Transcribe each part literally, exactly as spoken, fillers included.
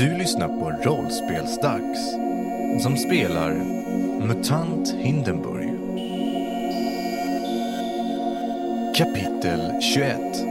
Du lyssnar på Rollspelsdags som spelar Mutant Hindenburg. Kapitel tjugoett.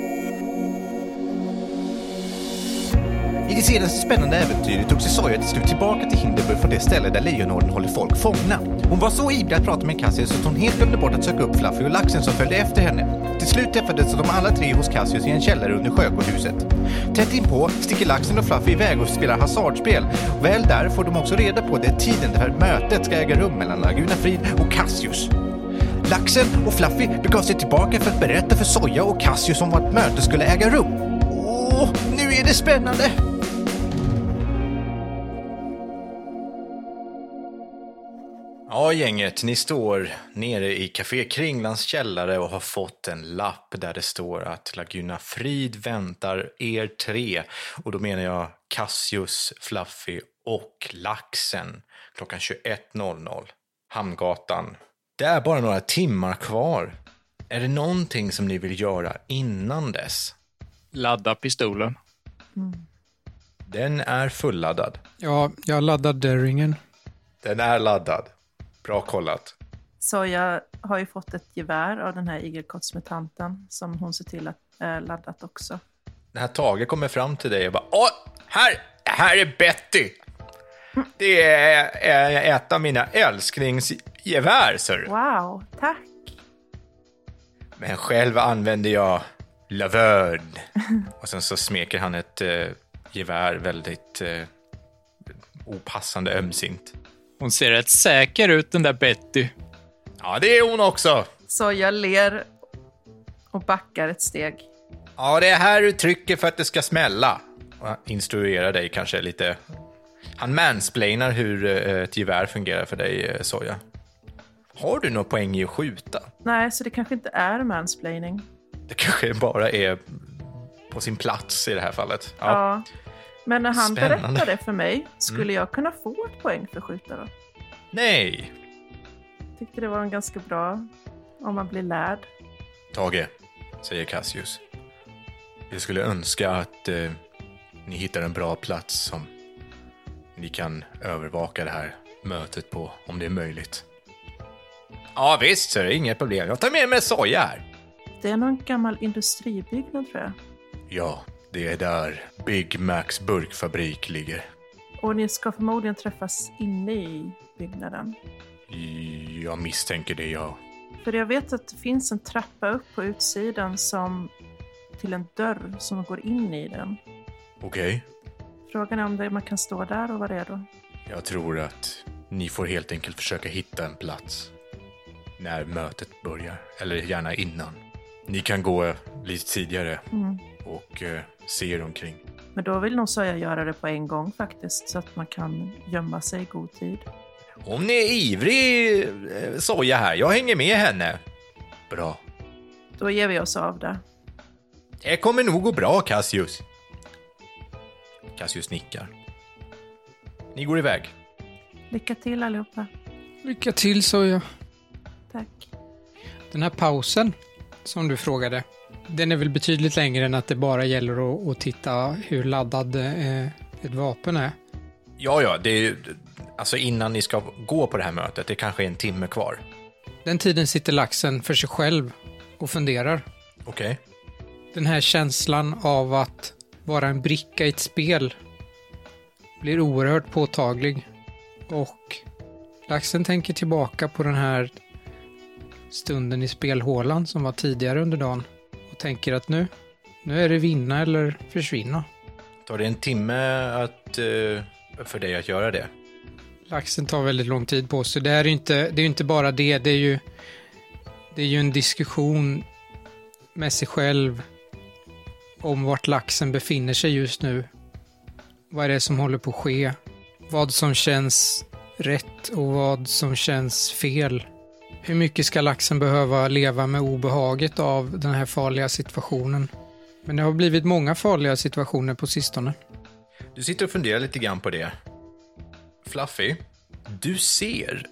I det senaste spännande äventyret tog sig Soja till slut tillbaka till Hindenburg från det ställe där Lejonorden håller folk fångna. Hon var så ivrig att prata med Cassius att hon helt glömde bort att söka upp Fluffy och laxen som följde efter henne. Till slut träffades de alla tre hos Cassius i en källare under sjökorthuset. Tätt inpå sticker laxen och Fluffy iväg och spelar hasardspel. Och väl där får de också reda på det tiden där mötet ska äga rum mellan Laguna Frid och Cassius. Laxen och Fluffy begav sig tillbaka för att berätta för Soja och Cassius om vad mötet skulle äga rum. Åh, nu är det spännande! Ja, gänget, ni står nere i Café Kringlands källare och har fått en lapp där det står att Laguna Frid väntar er tre. Och då menar jag Cassius, Fluffy och laxen klockan tjugoett noll noll. Hamngatan. Det är bara några timmar kvar. Är det någonting som ni vill göra innan dess? Ladda pistolen. Mm. Den är fulladdad. Ja, jag laddade ringen. Den är laddad. Bra kollat. Så jag har ju fått ett gevär av den här igelkottsmutanten som hon ser till att äh, laddat också. Den här Tage kommer fram till dig och bara, åh, här, här är Betty. Det är, är ett av mina älsklingsgevär, sir. Wow, tack. Men själv använder jag Laverne. Och sen så smeker han ett eh, gevär väldigt eh, opassande ömsint. Hon ser rätt säker ut, den där Betty. Ja, det är hon också. Så jag ler och backar ett steg. Ja, det är här du trycker för att det ska smälla. Och han instruerar dig kanske lite. Han mansplainar hur ett gevär fungerar för dig, Soja. Har du någon poäng i att skjuta? Nej, så det kanske inte är mansplaining. Det kanske bara är på sin plats i det här fallet. Ja. ja. Men när han Spännande. berättade för mig, skulle mm. jag kunna få ett poäng för skjuta då? Nej. Tyckte det var en ganska bra om man blir lärd. Tage, säger Cassius. Jag skulle önska att eh, ni hittar en bra plats som ni kan övervaka det här mötet på, om det är möjligt. Ja visst, så är det inget problem. Jag tar med mig Soja här. Det är någon gammal industribyggnad, tror jag. Ja, det är där Big Macs burkfabrik ligger. Och ni ska förmodligen träffas inne i byggnaden. Jag misstänker det, ja. För jag vet att det finns en trappa upp på utsidan som till en dörr som går in i den. Okej. Okay. Frågan är om det, man kan stå där och vara redo. Jag tror att ni får helt enkelt försöka hitta en plats när mötet börjar. Eller gärna innan. Ni kan gå lite tidigare mm. och eh, se er omkring. Men då vill nog Soja göra det på en gång faktiskt, så att man kan gömma sig i god tid. Om ni är ivrig, eh, Soja här. Jag hänger med henne. Bra. Då ger vi oss av där. Det kommer nog gå bra, Cassius. Cassius nickar. Ni går iväg. Lycka till allihopa. Lycka till, Soja. Tack. Den här pausen som du frågade, den är väl betydligt längre än att det bara gäller att, att titta hur laddad eh, ett vapen är. Ja, ja. Det är, alltså innan ni ska gå på det här mötet, det kanske är en timme kvar. Den tiden sitter laxen för sig själv och funderar. Okej. Okay. Den här känslan av att vara en bricka i ett spel blir oerhört påtaglig. Och laxen tänker tillbaka på den här stunden i spelhålan som var tidigare under dagen. Och tänker att nu, nu är det vinna eller försvinna. Tar det en timme att, uh, för dig att göra det? Laxen tar väldigt lång tid på sig. Det är ju inte, det är ju inte bara det. Det är ju, det är ju en diskussion med sig själv om vart laxen befinner sig just nu. Vad är det som håller på att ske? Vad som känns rätt och vad som känns fel. Hur mycket ska laxen behöva leva med obehaget av den här farliga situationen? Men det har blivit många farliga situationer på sistone. Du sitter och funderar lite grann på det. Fluffy, du ser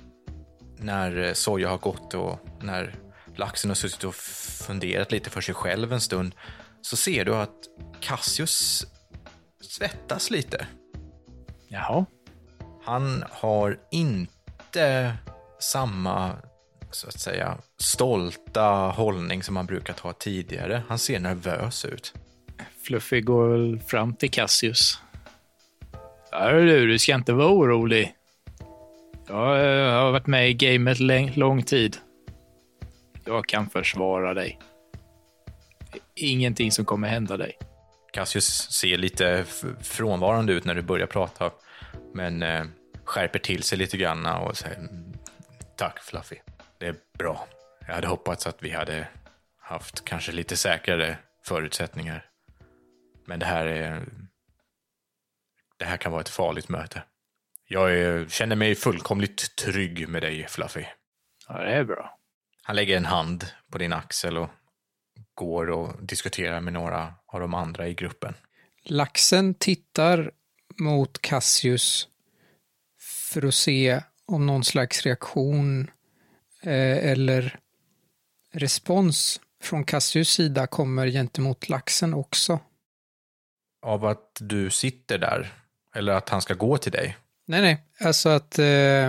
när Soja har gått och när laxen har suttit och funderat lite för sig själv en stund, så ser du att Cassius svettas lite. Jaha. Han har inte samma, så att säga, stolta hållning som han brukat ha tidigare. Han ser nervös ut. Fluffy går väl fram till Cassius. Ja du, du ska inte vara orolig. Jag har varit med i gamet lång, lång tid. Jag kan försvara dig. Ingenting som kommer hända dig. Cassius ser lite f- frånvarande ut när du börjar prata, men eh, skärper till sig lite grann och säger tack Fluffy, det är bra. Jag hade hoppats att vi hade haft kanske lite säkrare förutsättningar, men det här är det här kan vara ett farligt möte. Jag är, känner mig fullkomligt trygg med dig Fluffy. Ja, det är bra. Han lägger en hand på din axel och går och diskuterar med några av de andra i gruppen. Laxen tittar mot Cassius för att se om någon slags reaktion eh, eller respons från Cassius sida kommer gentemot laxen också. Av att du sitter där, eller att han ska gå till dig? Nej, nej. Alltså att eh,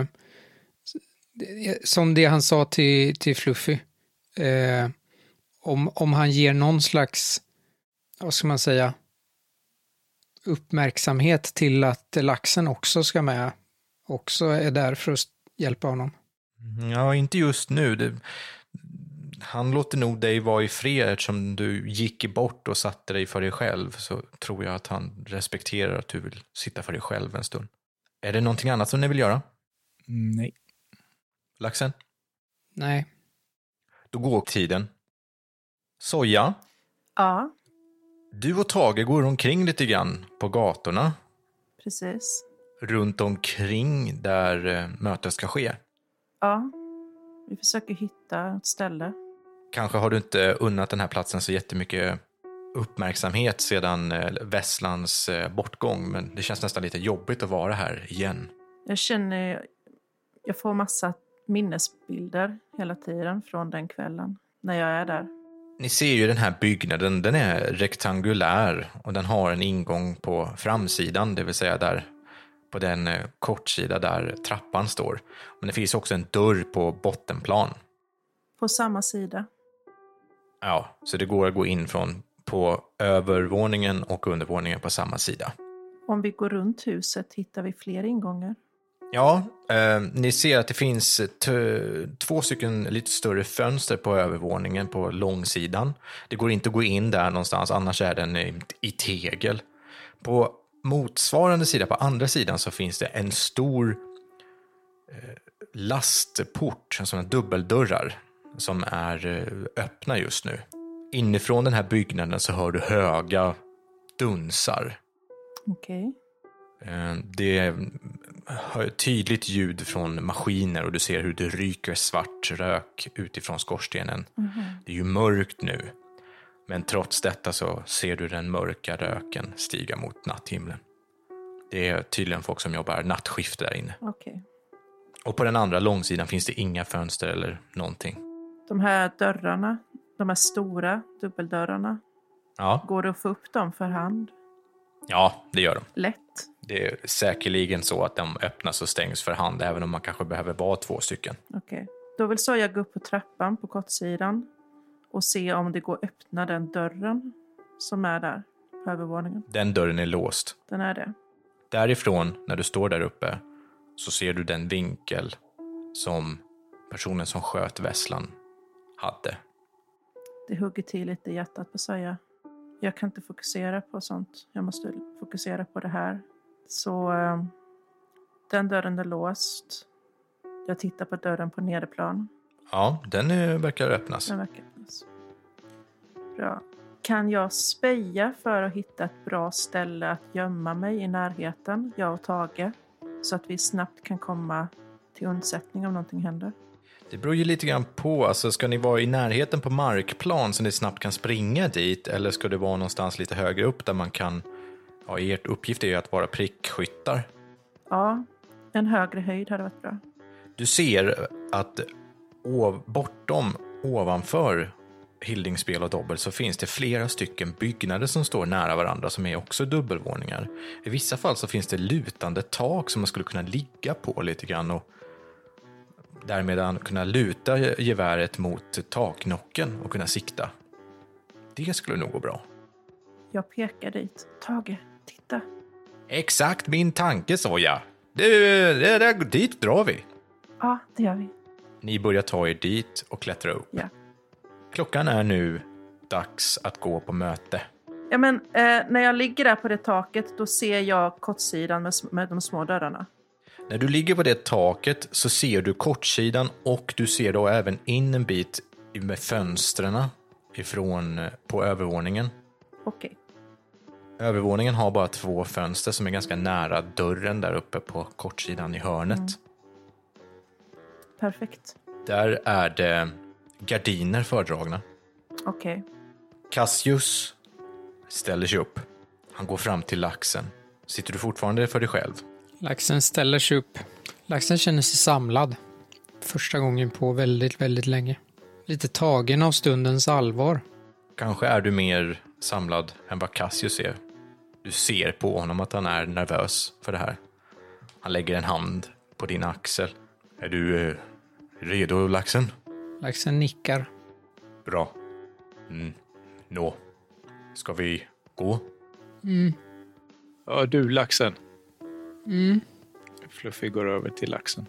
som det han sa till, till Fluffy. Eh, om, om han ger någon slags, vad ska man säga, uppmärksamhet till att laxen också ska med. Också är där för att hjälpa honom. Ja, inte just nu. Det, han låter nog dig vara i fred eftersom du gick bort och satte dig för dig själv. Så tror jag att han respekterar att du vill sitta för dig själv en stund. Är det någonting annat som ni vill göra? Nej. Laxen? Nej. Då går tiden. Soja? Ja, Du och Tage går omkring lite grann på gatorna. precis. Runt omkring där eh, mötet ska ske. Ja, vi försöker hitta ett ställe. Kanske har du inte unnat den här platsen så jättemycket uppmärksamhet sedan eh, Vesslans eh, bortgång. Men det känns nästan lite jobbigt att vara här igen. Jag känner, jag får massa minnesbilder hela tiden från den kvällen när jag är där. Ni ser ju den här byggnaden, den är rektangulär och den har en ingång på framsidan, det vill säga där på den eh, kortsida där trappan står. Men det finns också en dörr på bottenplan. På samma sida. Ja, så det går att gå in från på övervåningen och undervåningen på samma sida. Om vi går runt huset hittar vi fler ingångar. Ja, eh, ni ser att det finns t- två stycken lite större fönster på övervåningen på långsidan. Det går inte att gå in där någonstans, annars är den i, i tegel. På motsvarande sida, på andra sidan, så finns det en stor eh, lastport, sådana dubbeldörrar, som är eh, öppna just nu. Inifrån den här byggnaden så hör du höga dunsar. Okej. Eh, det är tydligt ljud från maskiner och du ser hur det ryker svart rök utifrån skorstenen. Mm-hmm. Det är ju mörkt nu, men trots detta så ser du den mörka röken stiga mot natthimlen. Det är tydligen folk som jobbar nattskift där inne. Okej. Och på den andra långsidan finns det inga fönster eller någonting. De här dörrarna, de här stora dubbeldörrarna, Ja, går det att få upp dem för hand? ja, det gör de. Lätt. Det är säkerligen så att de öppnas och stängs för hand, även om man kanske behöver vara två stycken. Okej. Då vill så jag gå upp på trappan på kortsidan och se om det går att öppna den dörren som är där på övervåningen. Den dörren är låst. Den är det. Därifrån, när du står där uppe, så ser du den vinkel som personen som sköt Vesslan hade. Det hugger till lite i hjärtat på Soja. Jag kan inte fokusera på sånt. Jag måste fokusera på det här. Så eh, den dörren är låst. Jag tittar på dörren på nederplan. Ja, den är, verkar öppnas. Den verkar öppnas. Bra. Kan jag speja för att hitta ett bra ställe att gömma mig i närheten, jag och Tage, så att vi snabbt kan komma till undsättning om någonting händer? Det beror ju lite grann på. Alltså, ska ni vara i närheten på markplan så ni snabbt kan springa dit, eller ska det vara någonstans lite högre upp där man kan... Ja, ert uppgift är ju att vara prickskyttar. Ja, en högre höjd hade varit bra. Du ser att ov- bortom, ovanför Hildingspel och dobbel så finns det flera stycken byggnader som står nära varandra som är också dubbelvåningar. I vissa fall så finns det lutande tak som man skulle kunna ligga på lite grann och därmed kunna luta geväret mot taknocken och kunna sikta. Det skulle nog gå bra. Jag pekar dit. Tage, titta. Exakt min tanke, Soja. Det, det, det, dit drar vi. Ja, det gör vi. Ni börjar ta er dit och klättra upp. Ja. Klockan är nu dags att gå på möte. Ja, men eh, när jag ligger där på det taket, då ser jag kortsidan med, med de små dörrarna. När du ligger på det taket så ser du kortsidan och du ser då även in en bit med fönstren ifrån på övervåningen. Okej. Övervåningen har bara två fönster som är ganska nära dörren där uppe på kortsidan i hörnet. Mm. Perfekt. Där är det gardiner fördragna. Okej. Cassius ställer sig upp. Han går fram till laxen. Sitter du fortfarande för dig själv? Laxen ställer sig upp. Laxen känner sig samlad. Första gången på väldigt, väldigt länge. Lite tagen av stundens allvar. Kanske är du mer samlad än vad Cassius är. Du ser på honom att han är nervös för det här. Han lägger en hand på din axel. Är du eh, redo, laxen? Laxen nickar. Bra. Mm. Nå. Ska vi gå? Mm. Ja, du, laxen. Mm. Fluffy går över till laxen.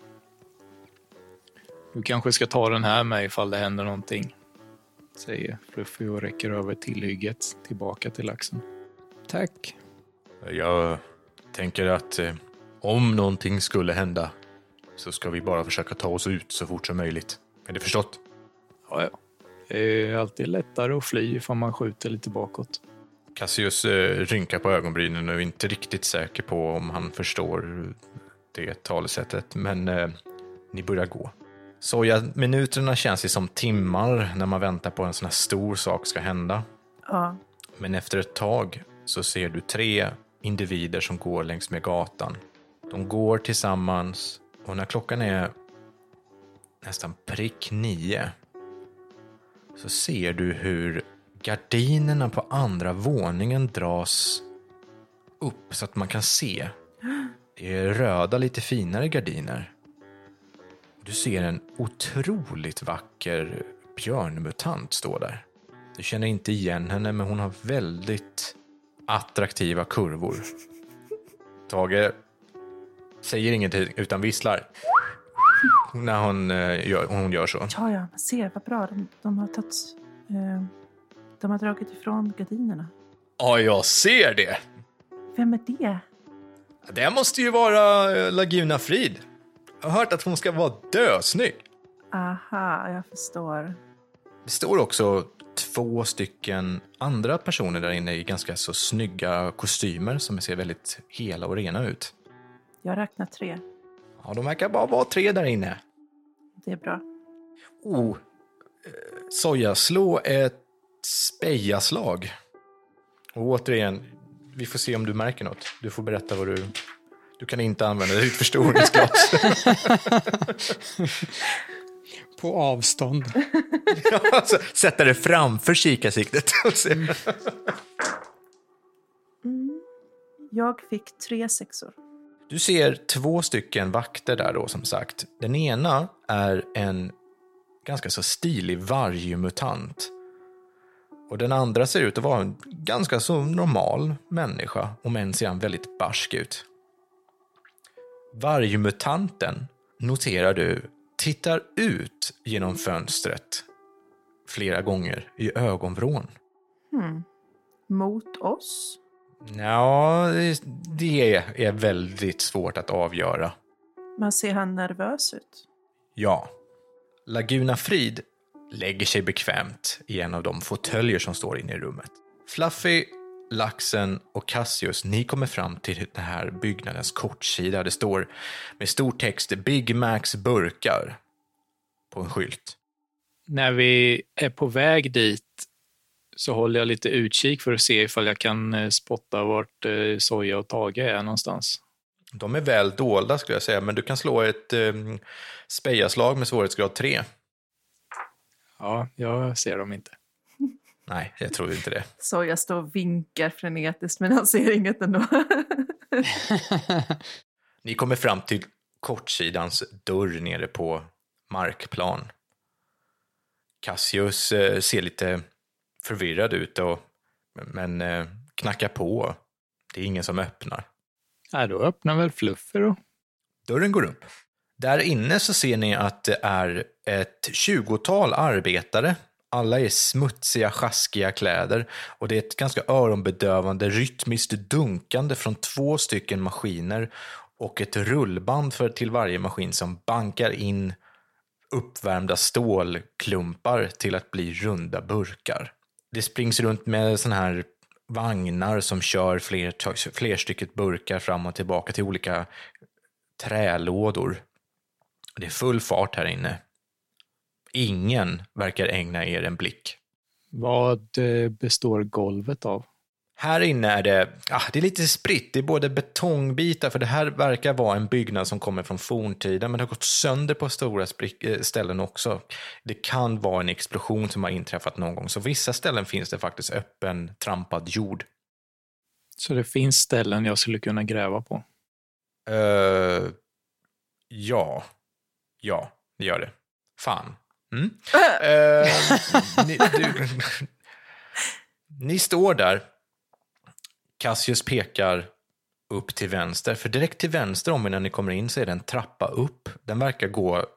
Du kanske ska ta den här med ifall det händer någonting, säger Fluffy och räcker över tillhygget tillbaka till laxen. Tack. Jag tänker att eh, om någonting skulle hända så ska vi bara försöka ta oss ut så fort som möjligt. Är det förstått? Ja, ja. Det är alltid lättare att fly ifall man skjuter lite bakåt. Cassius eh, rynkar på ögonbrynen och är inte riktigt säker på om han förstår det talesättet. Men eh, ni börjar gå. Soja, minuterna känns ju som timmar när man väntar på en sån här stor sak ska hända. Ja. Men efter ett tag så ser du tre individer som går längs med gatan. De går tillsammans och när klockan är nästan prick nio så ser du hur gardinerna på andra våningen dras upp så att man kan se. Det är röda, lite finare gardiner. Du ser en otroligt vacker björnmutant stå där. Du känner inte igen henne, men hon har väldigt attraktiva kurvor. Tage säger ingenting utan visslar när hon, uh, gör, hon gör så. Ja, ja, man ser vad bra. De, de har tagit... Eh, de har dragit ifrån gardinerna. Ja, jag ser det. Vem är det? Det måste ju vara Laguna Frid. Jag har hört att hon ska vara dösnygg. Aha, jag förstår. Det står också två stycken andra personer där inne i ganska så snygga kostymer som ser väldigt hela och rena ut. Jag räknar tre. Ja, de verkar bara vara tre där inne. Det är bra. Oh, Soja, slå ett spejaslag. Och återigen, vi får se om du märker något. Du får berätta vad du... Du kan inte använda ditt förstoringsglas. På avstånd. Ja, alltså, sätta det framför kikarsiktet. Mm. Jag fick tre sexor. Du ser två stycken vakter där då, som sagt. Den ena är en ganska så stilig vargmutant. Och den andra ser ut att vara en ganska så normal människa. Om än ser han väldigt barsk ut. Vargmutanten, noterar du, tittar ut genom fönstret flera gånger i ögonvrån. Hmm. Mot oss? Ja, det är väldigt svårt att avgöra. Man ser han nervös ut. Ja. Laguna Frid lägger sig bekvämt i en av de fåtöljer som står inne i rummet. Fluffy, Laxen och Cassius, ni kommer fram till den här byggnadens kortsida. Det står med stor text Big Macs burkar på en skylt. När vi är på väg dit så håller jag lite utkik för att se ifall jag kan spotta vart eh, Soja och Tage är någonstans. De är väl dolda skulle jag säga, men du kan slå ett eh, spejaslag med svårighetsgrad tre. Ja, jag ser dem inte. Nej, jag tror inte det. Så jag står och vinkar frenetiskt, men han ser inget ändå. Ni kommer fram till kortsidans dörr nere på markplan. Cassius eh, ser lite förvirrad ut, och, men eh, knackar på. Det är ingen som öppnar. Ja, då öppnar väl Fluffy då. Dörren går upp. Där inne så ser ni att det är ett tjugotal arbetare. Alla är smutsiga, sjaskiga kläder, och det är ett ganska öronbedövande rytmiskt dunkande från två stycken maskiner och ett rullband för till varje maskin som bankar in uppvärmda stålklumpar till att bli runda burkar. Det springs runt med såna här vagnar som kör fler, fler stycket burkar fram och tillbaka till olika trälådor. Det är full fart här inne. Ingen verkar ägna er en blick. Vad består golvet av? Här inne är det, ah, det är lite spritt. Det är både betongbitar, för det här verkar vara en byggnad som kommer från forntiden, men det har gått sönder på stora sprick, ställen också. Det kan vara en explosion som har inträffat någon gång. Så vissa ställen finns det faktiskt öppen, trampad jord. Så det finns ställen jag skulle kunna gräva på? Uh, ja. Ja, det gör det. Fan. Mm. uh, ni, du, ni står där. Cassius pekar upp till vänster. För direkt till vänster om er när ni kommer in så är det en trappa upp. Den verkar gå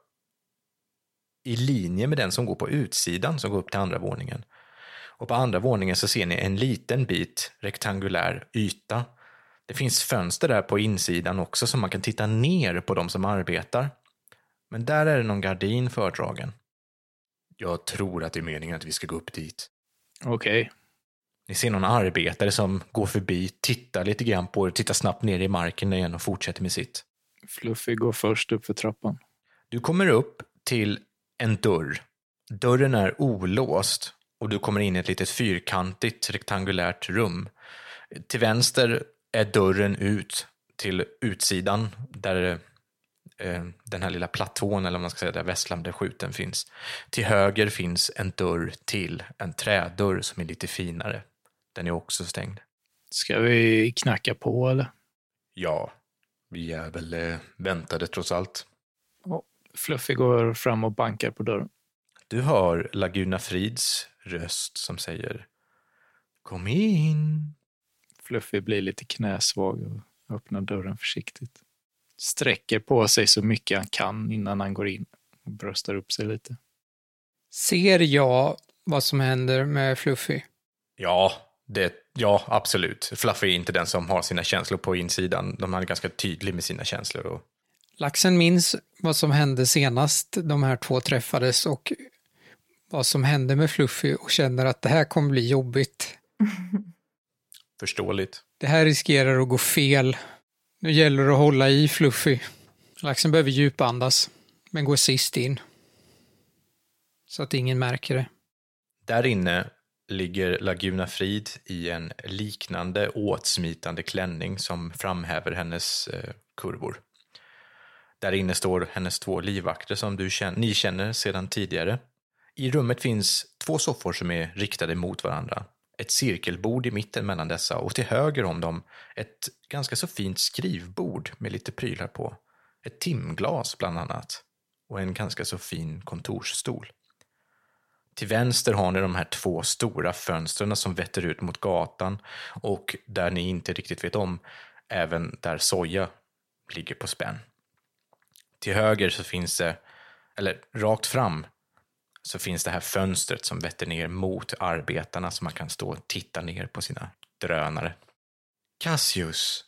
i linje med den som går på utsidan, som går upp till andra våningen. Och på andra våningen så ser ni en liten bit rektangulär yta. Det finns fönster där på insidan också, så man kan titta ner på de som arbetar. Men där är det någon gardin fördragen. Jag tror att det är meningen att vi ska gå upp dit. Okej. Okay. Ni ser någon arbetare som går förbi, tittar lite grann på det, tittar snabbt ner i marken igen och fortsätter med sitt. Fluffy går först upp för trappan. Du kommer upp till en dörr. Dörren är olåst och du kommer in i ett litet fyrkantigt rektangulärt rum. Till vänster är dörren ut till utsidan där eh, den här lilla platån, eller vad man ska säga, där Västlanderskjuten finns. Till höger finns en dörr till, en trädörr som är lite finare. Den är också stängd. Ska vi knacka på eller? Ja, vi är väl eh, väntade trots allt. Oh, Fluffy går fram och bankar på dörren. Du hör Laguna Frids röst som säger: kom in. Fluffy blir lite knäsvag och öppnar dörren försiktigt. Sträcker på sig så mycket han kan innan han går in och bröstar upp sig lite. Ser jag vad som händer med Fluffy? Ja, det, ja, absolut. Fluffy är inte den som har sina känslor på insidan. De är ganska tydliga med sina känslor. Och... Laxen minns vad som hände senast de här två träffades och vad som hände med Fluffy och känner att det här kommer bli jobbigt. Förståeligt. Det här riskerar att gå fel. Nu gäller det att hålla i Fluffy. Laxen behöver djupandas, men går sist in. Så att ingen märker det. Där inne ligger Laguna Frid i en liknande åtsmitande klänning som framhäver hennes eh, kurvor. Där inne står hennes två livvakter som du känner, ni känner sedan tidigare. I rummet finns två soffor som är riktade mot varandra. Ett cirkelbord i mitten mellan dessa och till höger om dem ett ganska så fint skrivbord med lite prylar på. Ett timglas bland annat och en ganska så fin kontorsstol. Till vänster har ni de här två stora fönstren som vetter ut mot gatan och där ni inte riktigt vet om, även där Soja ligger på spänn. Till höger så finns det, eller rakt fram, så finns det här fönstret som vetter ner mot arbetarna så man kan stå och titta ner på sina drönare. Cassius,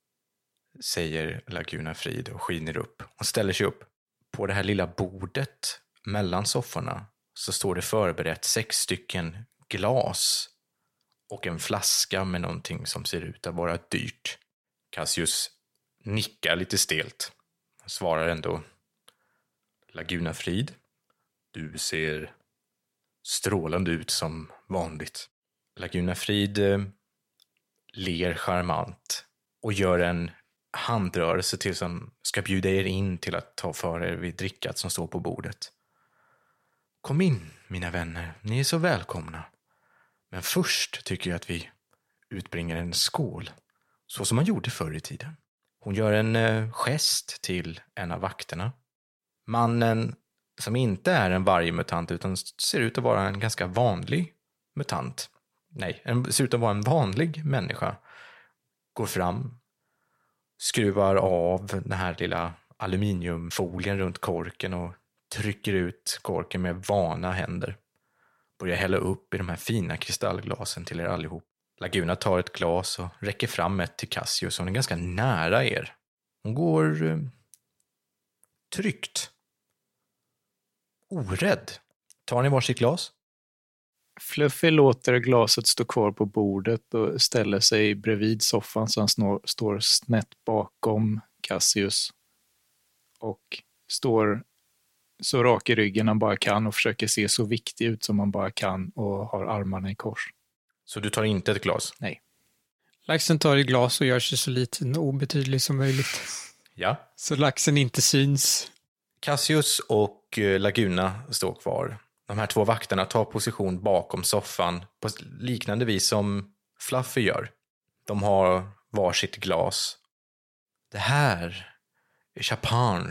säger Laguna Frid och skiner upp och ställer sig upp. På det här lilla bordet mellan sofforna så står det förberett sex stycken glas och en flaska med någonting som ser ut att vara dyrt. Cassius nickar lite stelt och svarar ändå: Laguna Frid, du ser strålande ut som vanligt. Laguna Frid eh, ler charmant och gör en handrörelse till som ska bjuda er in till att ta för er vid drickat som står på bordet. Kom in, mina vänner. Ni är så välkomna. Men först tycker jag att vi utbringar en skål, så som man gjorde förr i tiden. Hon gör en eh, gest till en av vakterna. Mannen, som inte är en vargmutant utan ser ut att vara en ganska vanlig mutant. Nej, en, ser ut att vara en vanlig människa. Går fram, skruvar av den här lilla aluminiumfolien runt korken och trycker ut korken med vana händer. Börjar hälla upp i de här fina kristallglasen till er allihop. Laguna tar ett glas och räcker fram ett till Cassius. Hon är ganska nära er. Hon går eh, tryggt. Orädd. Tar ni varsitt glas? Fluffy låter glaset stå kvar på bordet och ställer sig bredvid soffan så han snor, står snett bakom Cassius. Och står så rak i ryggen han bara kan och försöker se så viktig ut som han bara kan och har armarna i kors. Så du tar inte ett glas? Nej. Laxen tar ett glas och gör sig så liten och obetydlig som möjligt. Ja. Så laxen inte syns. Cassius och Laguna står kvar. De här två vakterna tar position bakom soffan på liknande vis som Fluffy gör. De har varsitt glas. Det här är champagne,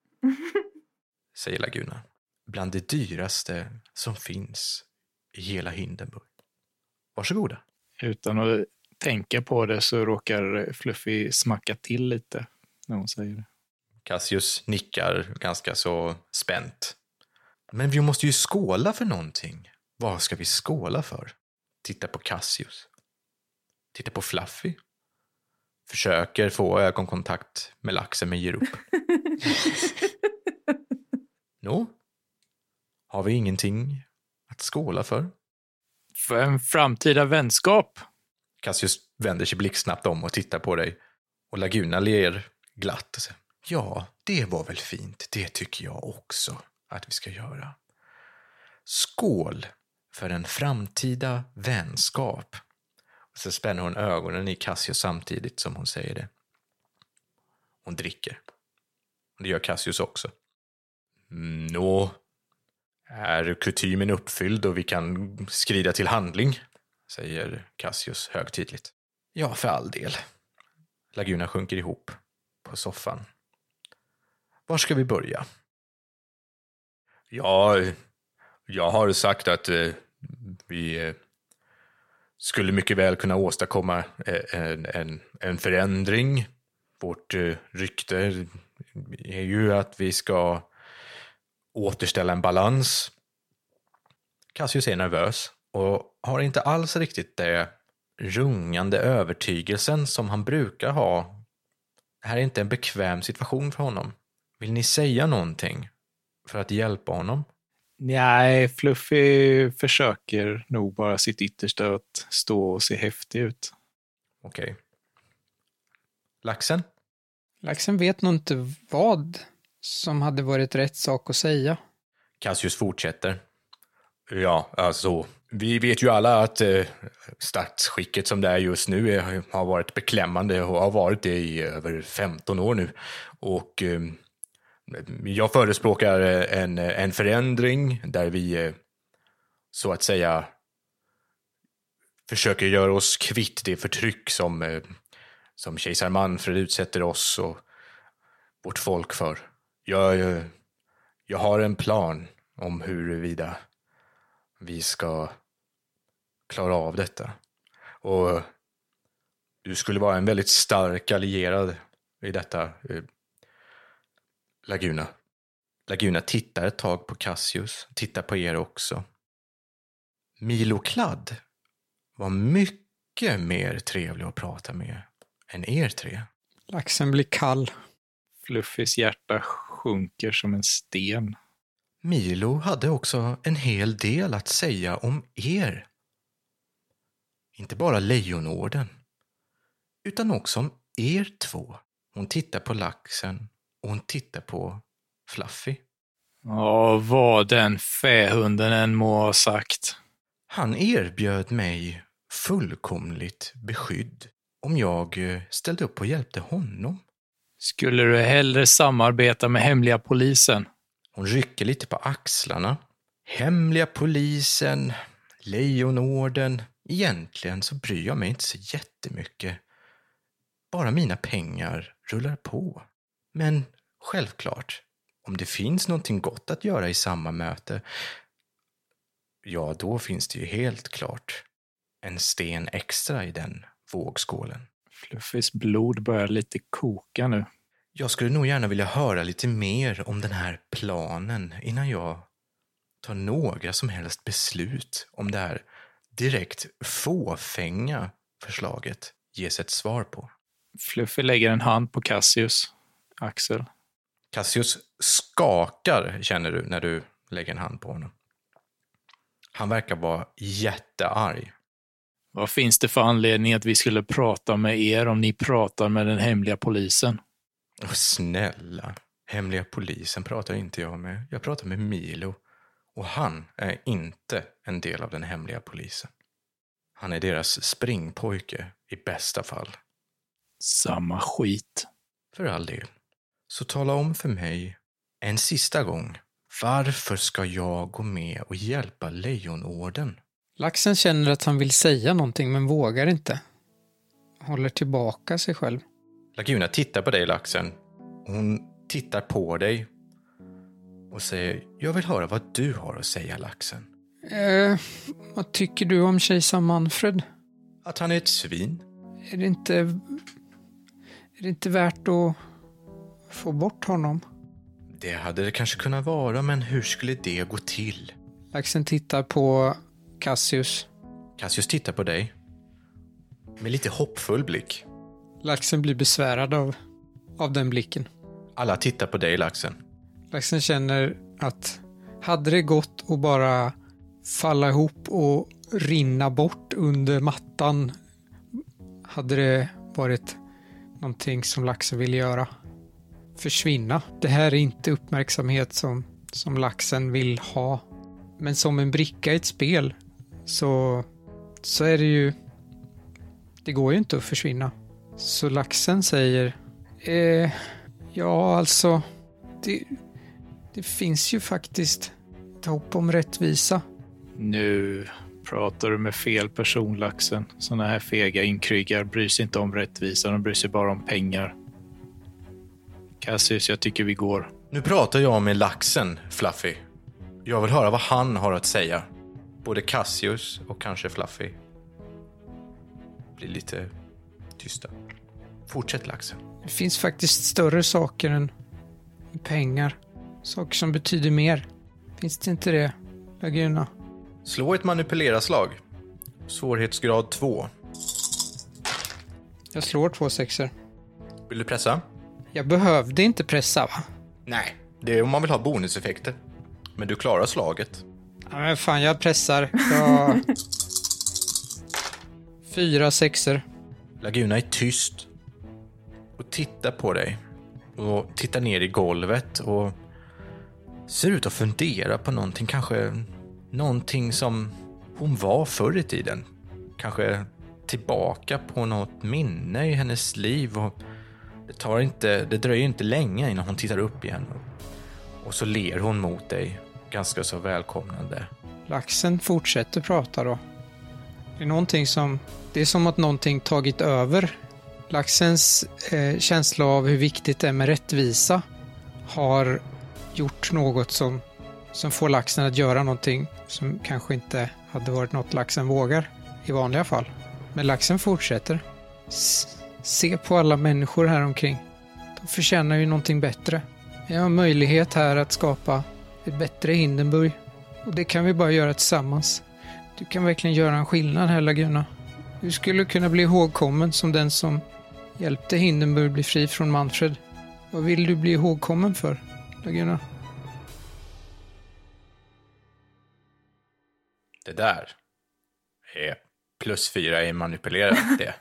säger Laguna. Bland det dyraste som finns i hela Hindenburg. Varsågoda. Utan att tänka på det så råkar Fluffy smacka till lite när hon säger det. Cassius nickar ganska så spänt. Men vi måste ju skåla för någonting. Vad ska vi skåla för? Titta på Cassius. Titta på Fluffy. Försöker få ögonkontakt med laxen men ger upp. Nå? Har vi ingenting att skåla för? För en framtida vänskap. Cassius vänder sig blixtsnabbt om och tittar på dig. Och Laguna ler glatt och säger, ja, det var väl fint. Det tycker jag också att vi ska göra. Skål för en framtida vänskap. Och så spänner hon ögonen i Cassius samtidigt som hon säger det. Hon dricker. Det gör Cassius också. Nå, är kutymen uppfylld och vi kan skrida till handling, säger Cassius högtidligt. Ja, för all del. Laguna sjunker ihop på soffan. Var ska vi börja? Ja, jag har sagt att eh, vi eh, skulle mycket väl kunna åstadkomma en, en, en förändring. Vårt eh, rykte är ju att vi ska återställa en balans. Cassius är nervös och har inte alls riktigt det rungande övertygelsen som han brukar ha. Det här är inte en bekväm situation för honom. Vill ni säga någonting för att hjälpa honom? Nej, Fluffy försöker nog bara sitt yttersta att stå och se häftig ut. Okej. Okay. Laxen? Laxen vet nog inte vad som hade varit rätt sak att säga. Cassius fortsätter. Ja, alltså, vi vet ju alla att eh, statsskicket som det är just nu är, har varit beklämmande och har varit det i över femton år nu. Och eh, jag förespråkar en, en förändring där vi eh, så att säga försöker göra oss kvitt det förtryck som, eh, som kejsar Manfred utsätter oss och vårt folk för. Jag, eh, jag har en plan om huruvida vi ska klara av detta. Och du skulle vara en väldigt stark allierad i detta, eh, Laguna. Laguna tittar ett tag på Cassius, tittar på er också. Milo Kladd var mycket mer trevlig att prata med än er tre. Laxen blir kall. Fluffys hjärta sjunker som en sten. Milo hade också en hel del att säga om er. Inte bara Lejonorden, utan också om er två. Hon tittar på laxen och hon tittar på Fluffy. Ja, vad den fähunden än må ha sagt. Han erbjöd mig fullkomligt beskydd om jag ställde upp och hjälpte honom. Skulle du hellre samarbeta med hemliga polisen? Hon rycker lite på axlarna. Hemliga polisen? Lejonorden, egentligen så bryr jag mig inte så jättemycket. Bara mina pengar rullar på. Men självklart, om det finns någonting gott att göra i samma möte, ja, då finns det ju helt klart en sten extra i den vågskålen. Fluffys blod börjar lite koka nu. Jag skulle nog gärna vilja höra lite mer om den här planen innan jag tar några som helst beslut om det här direkt fåfänga förslaget ges ett svar på. Fluffy lägger en hand på Cassius axel. Cassius skakar, känner du, när du lägger en hand på honom. Han verkar vara jättearg. Vad finns det för anledning att vi skulle prata med er om ni pratar med den hemliga polisen? Åh, snälla, hemliga polisen pratar inte jag med. Jag pratar med Milo. Och han är inte en del av den hemliga polisen. Han är deras springpojke i bästa fall. Samma skit. För all del. Så tala om för mig en sista gång. Varför ska jag gå med och hjälpa Lejonorden? Laxen känner att han vill säga någonting men vågar inte. Håller tillbaka sig själv. Laguna tittar på dig, Laxen. Hon tittar på dig och säger, jag vill höra vad du har att säga, Laxen. Eh, vad tycker du om kejsar Manfred? Att han är ett svin. Är det inte, är det inte värt att få bort honom? Det hade det kanske kunnat vara, men hur skulle det gå till? Laxen tittar på Cassius. Cassius tittar på dig med lite hoppfull blick. Laxen blir besvärad av, av den blicken. Alla tittar på dig, Laxen. Laxen känner att hade det gått att bara falla ihop och rinna bort under mattan hade det varit någonting som Laxen vill göra. Försvinna. Det här är inte uppmärksamhet som, som Laxen vill ha. Men som en bricka i ett spel så, så är det ju... Det går ju inte att försvinna. Så Laxen säger... Eh, ja, alltså... Det, det finns ju faktiskt ett hopp om rättvisa. Nu pratar du med fel person, Laxen. Såna här fega inkryggar bryr sig inte om rättvisa. De bryr sig bara om pengar. Cassius, jag tycker vi går. Nu pratar jag med Laxen, Fluffy. Jag vill höra vad han har att säga. Både Cassius och kanske Fluffy blir lite tysta. Fortsätt, Laxen. Det finns faktiskt större saker än pengar. Saker som betyder mer. Finns det inte det, Laguna? Slå ett manipulera-slag. Svårighetsgrad två. Jag slår två sexer. Vill du pressa? Jag behövde inte pressa, va? Nej, det är om man vill ha bonuseffekter. Men du klarar slaget. Ja, men fan, jag pressar. Jag... Fyra sexer. Laguna är tyst och tittar på dig. Och tittar ner i golvet och ser ut att fundera på någonting. Kanske någonting som hon var förr i tiden. Kanske tillbaka på något minne i hennes liv. Och det, tar inte, det dröjer inte länge innan hon tittar upp igen. Och så ler hon mot dig. Ganska så välkomnande. Laxen fortsätter prata då. Det är någonting som... Det är som att någonting tagit över. Laxens eh, känsla av hur viktigt det är med rättvisa har gjort något som, som får laxen att göra någonting som kanske inte hade varit något laxen vågar i vanliga fall. Men laxen fortsätter. S- se på alla människor här omkring. De förtjänar ju någonting bättre. Jag har möjlighet här att skapa ett bättre Hindenburg. Och det kan vi bara göra tillsammans. Du kan verkligen göra en skillnad här, Laguna. Du skulle kunna bli ihågkommen som den som hjälpte Hindenburg bli fri från Manfred. Vad vill du bli ihågkommen för, Laguna? Det där är plus fyra i manipulerat det.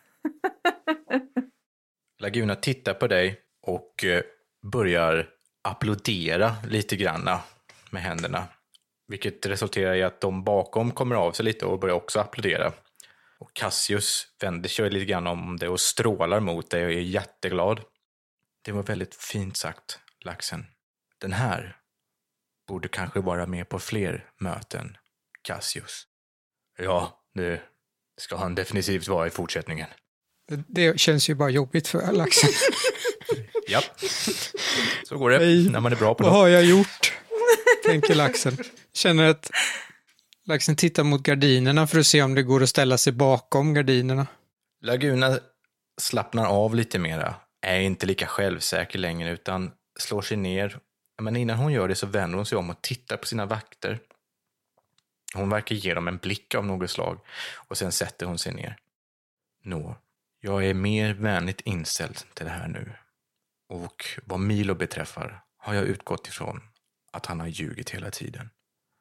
Laguna tittar på dig och börjar applådera lite granna med händerna. Vilket resulterar i att de bakom kommer av sig lite och börjar också applådera. Och Cassius vänder sig lite grann om det och strålar mot dig och är jätteglad. Det var väldigt fint sagt, Laxen. Den här borde kanske vara med på fler möten, Cassius. Ja, det ska han definitivt vara i fortsättningen. Det, det känns ju bara jobbigt för laxen. Ja, så går det Nej, när man är bra på vad något. har jag gjort? Tänker laxen. Känner att laxen tittar mot gardinerna för att se om det går att ställa sig bakom gardinerna. Laguna slappnar av lite mera. Är inte lika självsäker längre utan slår sig ner. Men innan hon gör det så vänder hon sig om och tittar på sina vakter. Hon verkar ge dem en blick av något slag. Och sen sätter hon sig ner. Nå, jag är mer vänligt inställd till det här nu. Och vad Milo beträffar har jag utgått ifrån att han har ljugit hela tiden.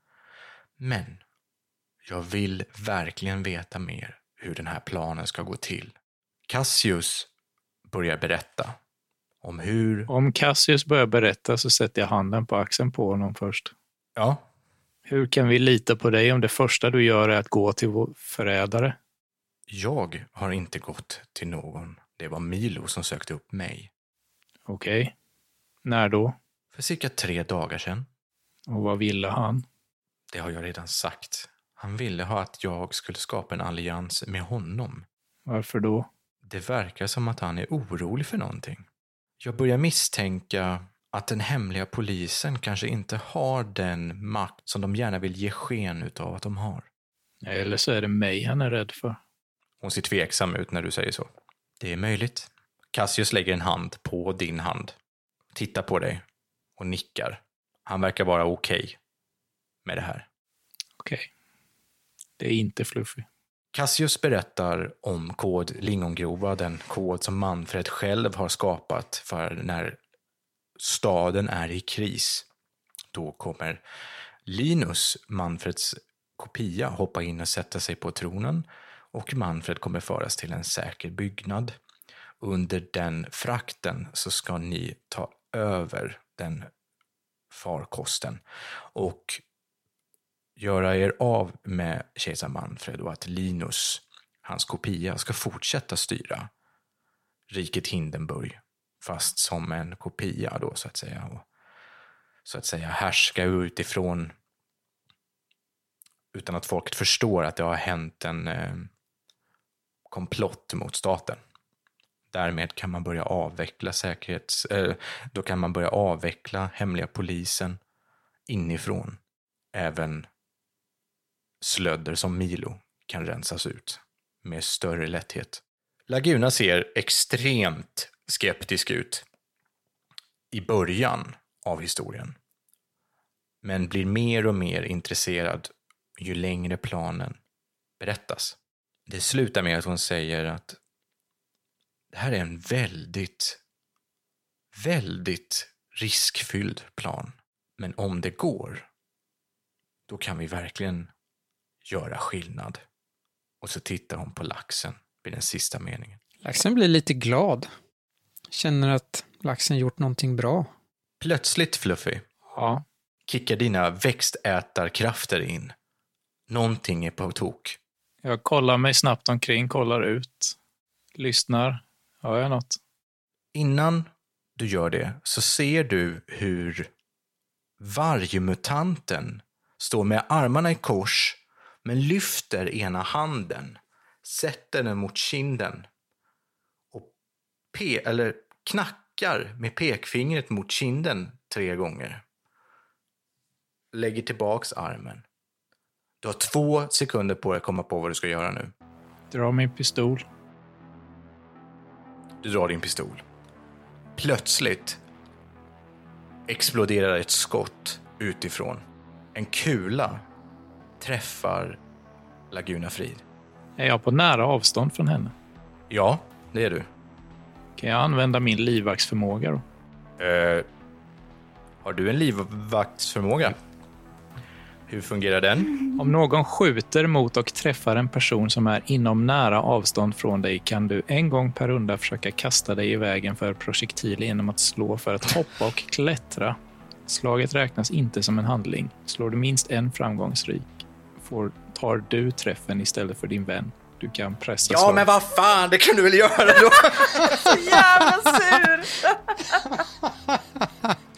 Men jag vill verkligen veta mer hur den här planen ska gå till. Cassius börjar berätta om hur... Om Cassius börjar berätta så sätter jag handen på axeln på honom först. Ja. Hur kan vi lita på dig om det första du gör är att gå till vår förrädare? Jag har inte gått till någon. Det var Milo som sökte upp mig. Okej. Okay. När då? För cirka tre dagar sedan. Och vad ville han? Det har jag redan sagt. Han ville ha att jag skulle skapa en allians med honom. Varför då? Det verkar som att han är orolig för någonting. Jag börjar misstänka att den hemliga polisen kanske inte har den makt som de gärna vill ge sken utav att de har. Eller så är det mig han är rädd för. Hon ser tveksam ut när du säger så. Det är möjligt. Cassius lägger en hand på din hand. Tittar på dig och nickar. Han verkar vara okej okay med det här. Okej. Okay. Det är inte Fluffy. Cassius berättar om kod Lingongrova, den kod som Manfred själv har skapat för när staden är i kris. Då kommer Linus, Manfreds kopia, hoppa in och sätta sig på tronen och Manfred kommer föras till en säker byggnad. Under den frakten så ska ni ta över den farkosten och göra er av med kejsar Manfred och att Linus, hans kopia, ska fortsätta styra riket Hindenburg fast som en kopia då så att säga och så att säga härska utifrån utan att folket förstår att det har hänt en eh, komplott mot staten. Därmed kan man börja avveckla säkerhets eh, då kan man börja avveckla hemliga polisen inifrån. Även slödder som Milo kan rensas ut med större lätthet. Laguna ser extremt skeptisk ut i början av historien. Men blir mer och mer intresserad ju längre planen berättas. Det slutar med att hon säger att det här är en väldigt, väldigt riskfylld plan. Men om det går, då kan vi verkligen göra skillnad. Och så tittar hon på laxen vid den sista meningen. Laxen blir lite glad. Känner att laxen gjort någonting bra. Plötsligt, Fluffy, ja. kickar dina växtätarkrafter in. Någonting är på tok. Jag kollar mig snabbt omkring, kollar ut. Lyssnar. Hör jag något? Innan du gör det så ser du hur vargmutanten står med armarna i kors men lyfter ena handen, sätter den mot kinden och pe- eller knackar med pekfingret mot kinden tre gånger. Lägger tillbaks armen. Du har två sekunder på dig att komma på vad du ska göra nu. Dra min pistol. Du drar din pistol. Plötsligt exploderar ett skott utifrån. En kula träffar Laguna Frid. Är jag på nära avstånd från henne? Ja, det är du. Kan jag använda min livvaktsförmåga då? Uh, har du en livvaktsförmåga? Hur fungerar den? Om någon skjuter mot och träffar en person som är inom nära avstånd från dig kan du en gång per runda försöka kasta dig i vägen för projektil genom att slå för att hoppa och klättra. Slaget räknas inte som en handling. Slår du minst en framgångsrik får, tar du träffen istället för din vän. Du kan pressa Ja, slaget. men vad fan, det kan du väl göra då? Så jävla sur!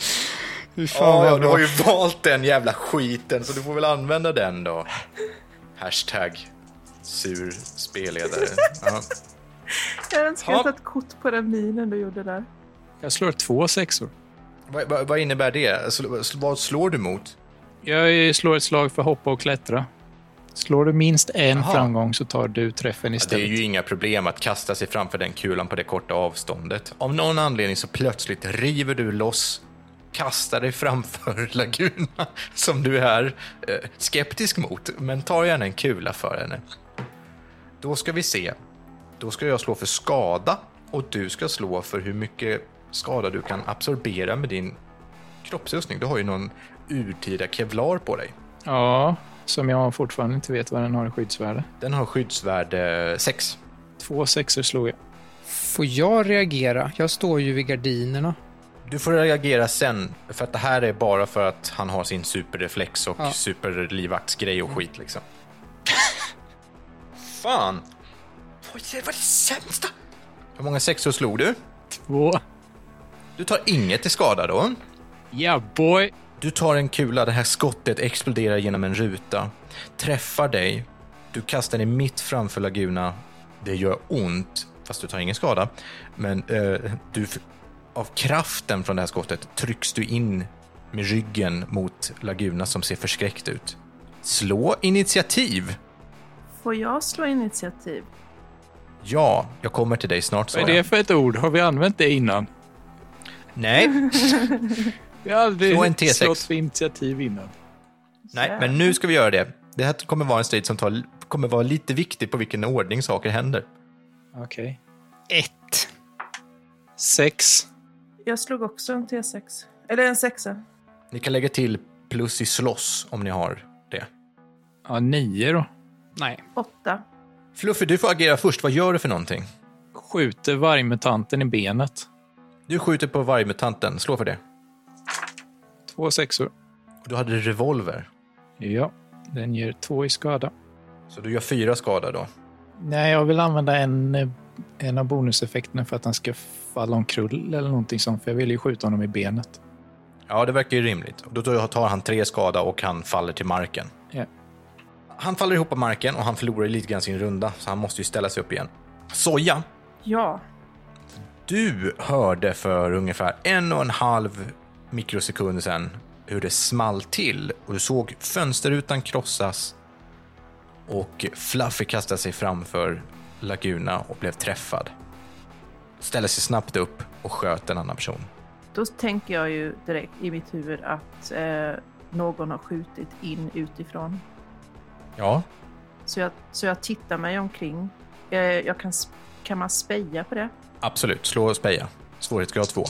Ja, ja, du har ju valt den jävla skiten så du får väl använda den då. Hashtag sur spelledare. Ja. Jag önskar Ja. inte ett kort på den minen du gjorde där. Jag slår två sexor. Vad, vad, vad innebär det? Sl- vad slår du mot? Jag slår ett slag för hoppa och klättra. Slår du minst en Jaha. framgång så tar du träffen Ja, det istället. är ju inga problem att kasta sig framför den kulan på det korta avståndet. Av någon anledning så plötsligt river du loss, kastar dig framför Laguna som du är eh, skeptisk mot, men tar gärna en kula för henne. Då ska vi se. Då ska jag slå för skada och du ska slå för hur mycket skada du kan absorbera med din kroppsrustning. Du har ju någon urtida kevlar på dig. Ja, som jag fortfarande inte vet vad den har i skyddsvärde. Den har skyddsvärde sex. Två sexor slog jag. Får jag reagera? Jag står ju vid gardinerna. Du får reagera sen, för att det här är bara för att han har sin superreflex och Ja. superlivvaktsgrej och skit liksom. Fan! Oj, det var det sämsta! Hur många sexor slog du? Två. Du tar inget i skada då. Yeah boy. Du tar en kula, det här skottet exploderar genom en ruta. Träffar dig. Du kastar dig mitt framför Laguna. Det gör ont, fast du tar ingen skada. Men eh, du, av kraften från det här skottet trycks du in med ryggen mot Laguna som ser förskräckt ut. Slå initiativ. Får jag slå initiativ? Ja, jag kommer till dig snart, Vad är Sara. det för ett ord? Har vi använt det innan? Nej, Vi har aldrig Slå en T sex. slått för initiativ innan. nej, men nu ska vi göra det. Det här kommer vara en strid som tar, kommer vara lite viktig på vilken ordning saker händer. Okej. Ett. Sex. Jag slog också en T sex. Eller en sexa. Ni kan lägga till plus i slåss om ni har det. Ja, nio då. Nej. Åtta. Fluffy, du får agera först. Vad gör du för någonting? Skjuter vargmutanten i benet. Du skjuter på vargmutanten. Slå för det. Två sexor. Och du hade revolver. Ja, den ger två i skada. Så du gör fyra skada då. Nej, jag vill använda en, en av bonuseffekterna för att han ska falla omkull eller någonting sånt. För jag vill ju skjuta honom i benet. Ja, det verkar ju rimligt. Och då tar han tre skada och han faller till marken. Ja. Han faller ihop på marken och han förlorar lite grann sin runda. Så han måste ju ställa sig upp igen. Soja, Ja. du hörde för ungefär en och en halv mikrosekund sedan hur det small till. Och du såg fönsterrutan krossas. Och Fluffy kastade sig framför Laguna och blev träffad. Ställde sig snabbt upp och sköt en annan person. Då tänker jag ju direkt i mitt huvud att eh, någon har skjutit in utifrån. Ja, Så jag, så jag tittar mig omkring. Eh, jag kan, s- kan man speja på det? absolut. Slå och speja. Svårighetsgrad två.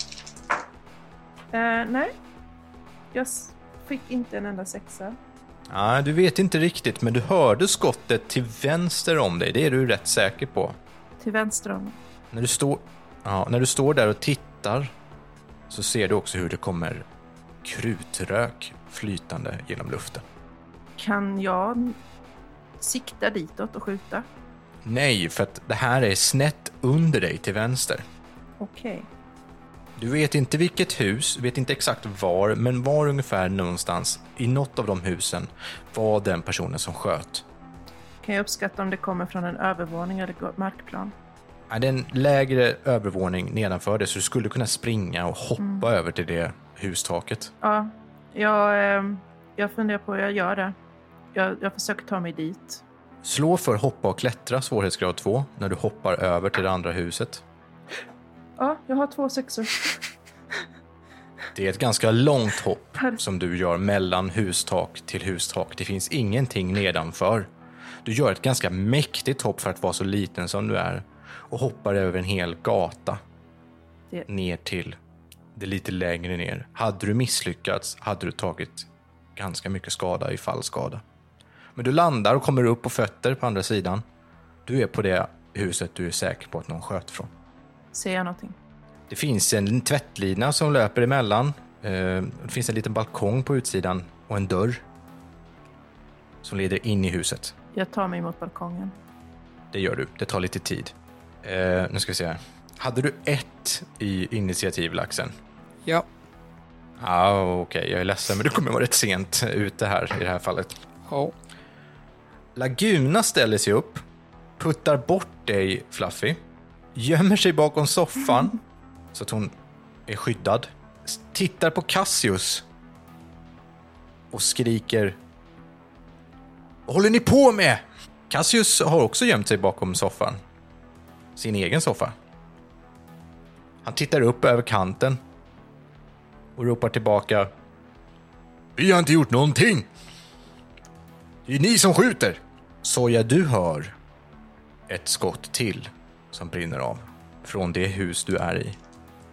Eh, nej. Jag s- fick inte en enda sexa. Ja, du vet inte riktigt, men du hörde skottet till vänster om dig. Det är du rätt säker på. Till vänster om. När du, står, ja, när du står där och tittar så ser du också hur det kommer krutrök flytande genom luften. Kan jag sikta ditåt och skjuta? Nej, för att det här är snett under dig till vänster. Okej. Du vet inte vilket hus, vet inte exakt var, men var ungefär någonstans i något av de husen var den personen som sköt. Kan jag uppskatta om det kommer från en övervåning eller gå- markplan? Ja, det är en lägre övervåning nedanför det, så du skulle kunna springa och hoppa över till det hustaket. Ja, jag, eh, jag funderar på hur jag gör det. Jag, jag försöker ta mig dit. Slå för hoppa och klättra, svårighetsgrad två, när du hoppar över till det andra huset. Ja, jag har två sexor. Det är ett ganska långt hopp som du gör mellan hustak till hustak. Det finns ingenting nedanför. Du gör ett ganska mäktigt hopp för att vara så liten som du är och hoppar över en hel gata Det- ner till det lite längre ner. Hade du misslyckats hade du tagit ganska mycket skada i fallskada. Men du landar och kommer upp på fötter på andra sidan. Du är på det huset du är säker på att någon sköt från. Ser jag någonting? Det finns en tvättlina som löper emellan. Eh, Det finns en liten balkong på utsidan och en dörr som leder in i huset. Jag tar mig mot balkongen. Det gör du. Det tar lite tid. Eh, nu ska vi se här. Hade du ett i initiativlaxen? Ja. Ja, ah, okej. Okay. Jag är ledsen, men du kommer vara rätt sent ute här i det här fallet. Ja. Laguna ställer sig upp, puttar bort dig, Fluffy, gömmer sig bakom soffan så att hon är skyddad, tittar på Cassius och skriker: vad håller ni på med? Cassius har också gömt sig bakom soffan, sin egen soffa. Han tittar upp över kanten och ropar tillbaka: vi har inte gjort någonting. Det är ni som skjuter. Soja, du hör ett skott till som brinner av från det hus du är i.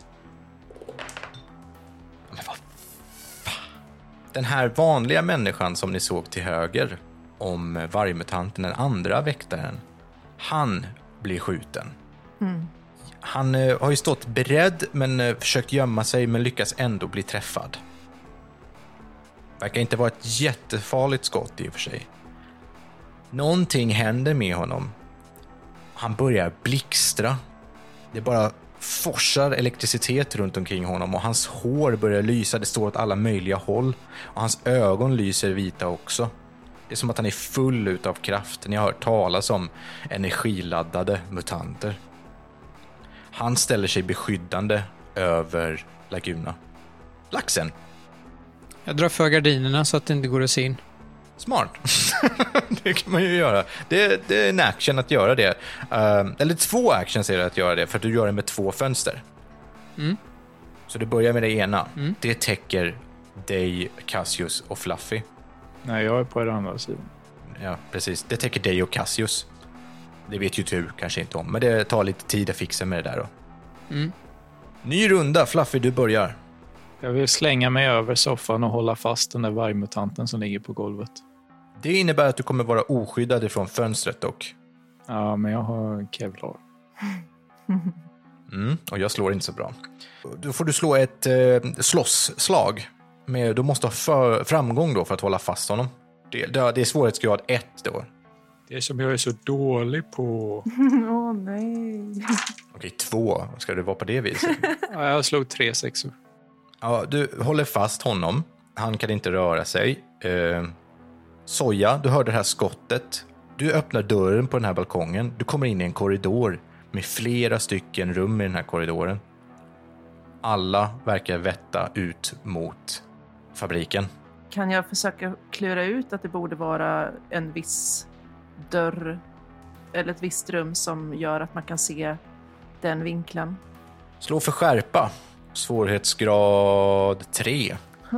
Men vad fan? Den här vanliga människan som ni såg till höger om vargmutanten, den andra väktaren, han blir skjuten. Mm. Han eh, har ju stått beredd men eh, försökt gömma sig men lyckas ändå bli träffad. Verkar inte vara ett jättefarligt skott i och för sig. Någonting händer med honom. Han börjar blixtra. Det bara forsar elektricitet runt omkring honom och hans hår börjar lysa. Det står åt alla möjliga håll. Och hans ögon lyser vita också. Det är som att han är full utav kraft. Ni har hört talas om energiladdade mutanter. Han ställer sig beskyddande över Laguna. Laxen. Jag drar för gardinerna så att det inte går att se in. Smart. Det kan man ju göra. Det, det är en action att göra det. Uh, eller två actions är det att göra det. För att du gör det med två fönster. Mm. Så du börjar med det ena. Mm. Det täcker dig, Cassius och Fluffy. Nej, jag är på den andra sidan. Ja, precis. Det täcker dig och Cassius. Det vet ju du kanske inte om. Men det tar lite tid att fixa med det där då. Mm. Ny runda. Fluffy, du börjar. Jag vill slänga mig över soffan och hålla fast den där vargmutanten som ligger på golvet. Det innebär att du kommer vara oskyddad ifrån fönstret dock. Ja, men jag har kevlar. Mm, och jag slår inte så bra. Då får du slå ett eh, slåssslag. Men du måste ha för, framgång då för att hålla fast honom. Det, det, det är svårighetsgrad ett då. Det som jag är så dålig på. Åh oh, nej. Okej, två. Ska det vara på det viset? Ja, jag slog tre sexor. Ja, du håller fast honom. Han kan inte röra sig. Eh, Soja, du hör det här skottet. Du öppnar dörren på den här balkongen. Du kommer in i en korridor med flera stycken rum i den här korridoren. Alla verkar vetta ut mot fabriken. Kan jag försöka klura ut att det borde vara en viss dörr eller ett visst rum som gör att man kan se den vinkeln? Slå för skärpa. Svårighetsgrad tre.